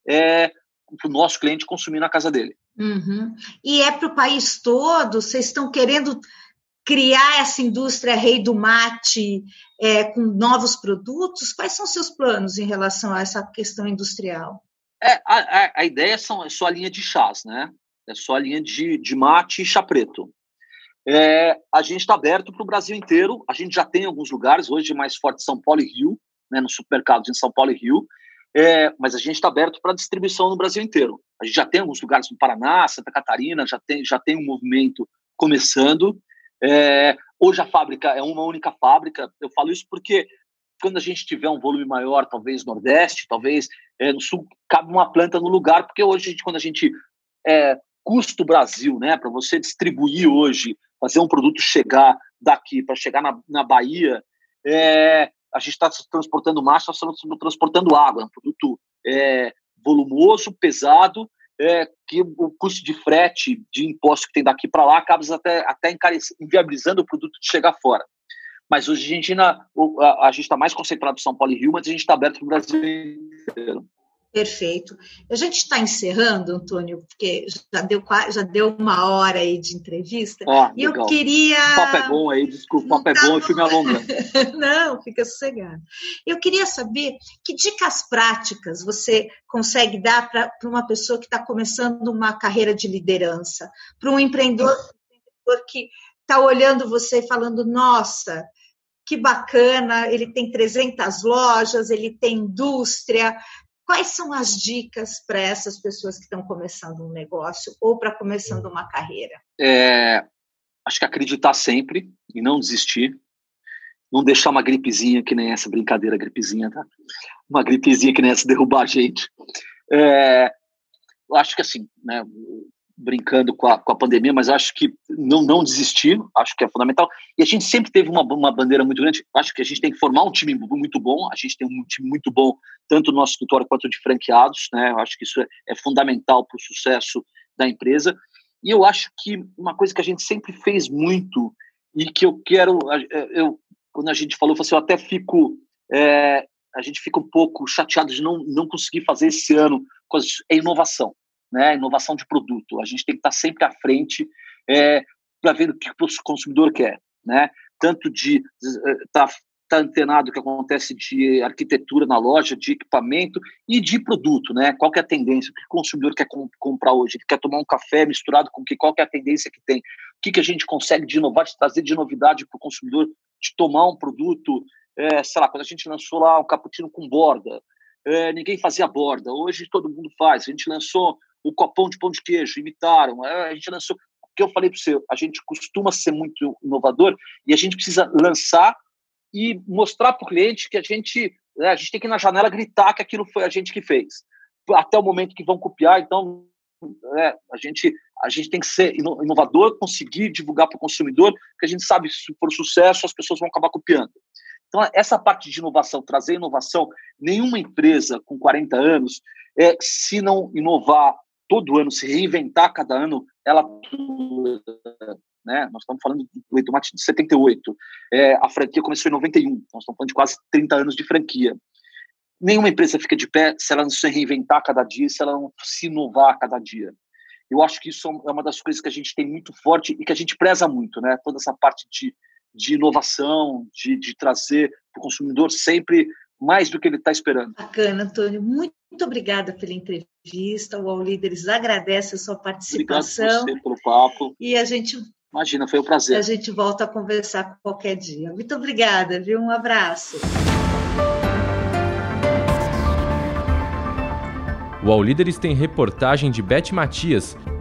para o nosso cliente consumir na casa dele. Uhum. E é para o país todo? Vocês estão querendo criar essa indústria rei do mate com novos produtos? Quais são seus planos em relação a essa questão industrial? A ideia é só a linha de chás, né? É só a linha de mate e chá preto. A gente está aberto para o Brasil inteiro. A gente já tem alguns lugares, hoje mais forte São Paulo e Rio, né, nos supermercados em São Paulo e Rio, mas a gente está aberto para distribuição no Brasil inteiro. A gente já tem alguns lugares no Paraná, Santa Catarina, já tem um movimento começando. Hoje a fábrica é uma única fábrica. Eu falo isso porque quando a gente tiver um volume maior, talvez no Nordeste, talvez no Sul, cabe uma planta no lugar, porque hoje, quando a gente custo Brasil, né, para você distribuir hoje, fazer um produto chegar daqui para chegar na Bahia, a gente está transportando massa, nós estamos transportando água, é um produto volumoso, pesado, que o custo de frete, de imposto que tem daqui para lá, acaba até inviabilizando o produto de chegar fora. Mas hoje a gente está mais concentrado em São Paulo e Rio, mas a gente está aberto para o Brasil inteiro. Perfeito. A gente está encerrando, Antônio, porque já deu uma hora aí de entrevista. E eu queria... O papo é bom aí, desculpa, o papo é bom e fui me alongando. Não, fica sossegado. Eu queria saber que dicas práticas você consegue dar para uma pessoa que está começando uma carreira de liderança, para um empreendedor que está olhando você e falando, nossa, que bacana, ele tem 300 lojas, ele tem indústria. Quais são as dicas para essas pessoas que estão começando um negócio ou para começando uma carreira? Acho que acreditar sempre e não desistir. Não deixar uma gripezinha que nem essa, brincadeira, gripezinha, tá? Uma gripezinha que nem essa derrubar a gente. Eu acho que assim, né, brincando com a pandemia, mas acho que não desistir, acho que é fundamental. E a gente sempre teve uma bandeira muito grande. Acho que a gente tem que formar um time muito bom. A gente tem um time muito bom, tanto no nosso escritório quanto de franqueados, né? Eu acho que isso é fundamental para o sucesso da empresa. E eu acho que uma coisa que a gente sempre fez muito e que eu quero... quando a gente falou, eu até fico... a gente fica um pouco chateado de não conseguir fazer esse ano. É inovação. Né, inovação de produto. A gente tem que estar sempre à frente para ver o que o consumidor quer, né? Tanto de estar antenado o que acontece de arquitetura na loja, de equipamento e de produto, né? Qual que é a tendência, o que o consumidor quer comprar hoje? Ele quer tomar um café misturado com qual que é a tendência que tem? O que a gente consegue de inovar, de trazer de novidade para o consumidor, de tomar um produto, sei lá, quando a gente lançou lá um cappuccino com borda, ninguém fazia borda, hoje todo mundo faz. A gente lançou o copão de pão de queijo, imitaram. A gente lançou, o que eu falei para você, a gente costuma ser muito inovador e a gente precisa lançar e mostrar para o cliente que a gente tem que ir na janela gritar que aquilo foi a gente que fez. Até o momento que vão copiar, então a gente tem que ser inovador, conseguir divulgar para o consumidor, que a gente sabe que se for sucesso, as pessoas vão acabar copiando. Então, essa parte de inovação, trazer inovação, nenhuma empresa com 40 anos, se não inovar todo ano, se reinventar cada ano, ela... Né? Nós estamos falando do Rei do Mate de 78. A franquia começou em 91. Nós estamos falando de quase 30 anos de franquia. Nenhuma empresa fica de pé se ela não se reinventar cada dia, se ela não se inovar cada dia. Eu acho que isso é uma das coisas que a gente tem muito forte e que a gente preza muito, né? Toda essa parte de inovação, de trazer para o consumidor sempre mais do que ele está esperando. Bacana, Antônio. Muito obrigada pela entrevista. O UOL Líderes agradece a sua participação. Obrigado a você pelo papo. E a gente... Imagina, foi um prazer. A gente volta a conversar qualquer dia. Muito obrigada, viu? Um abraço. O UOL Líderes tem reportagem de Beth Matias,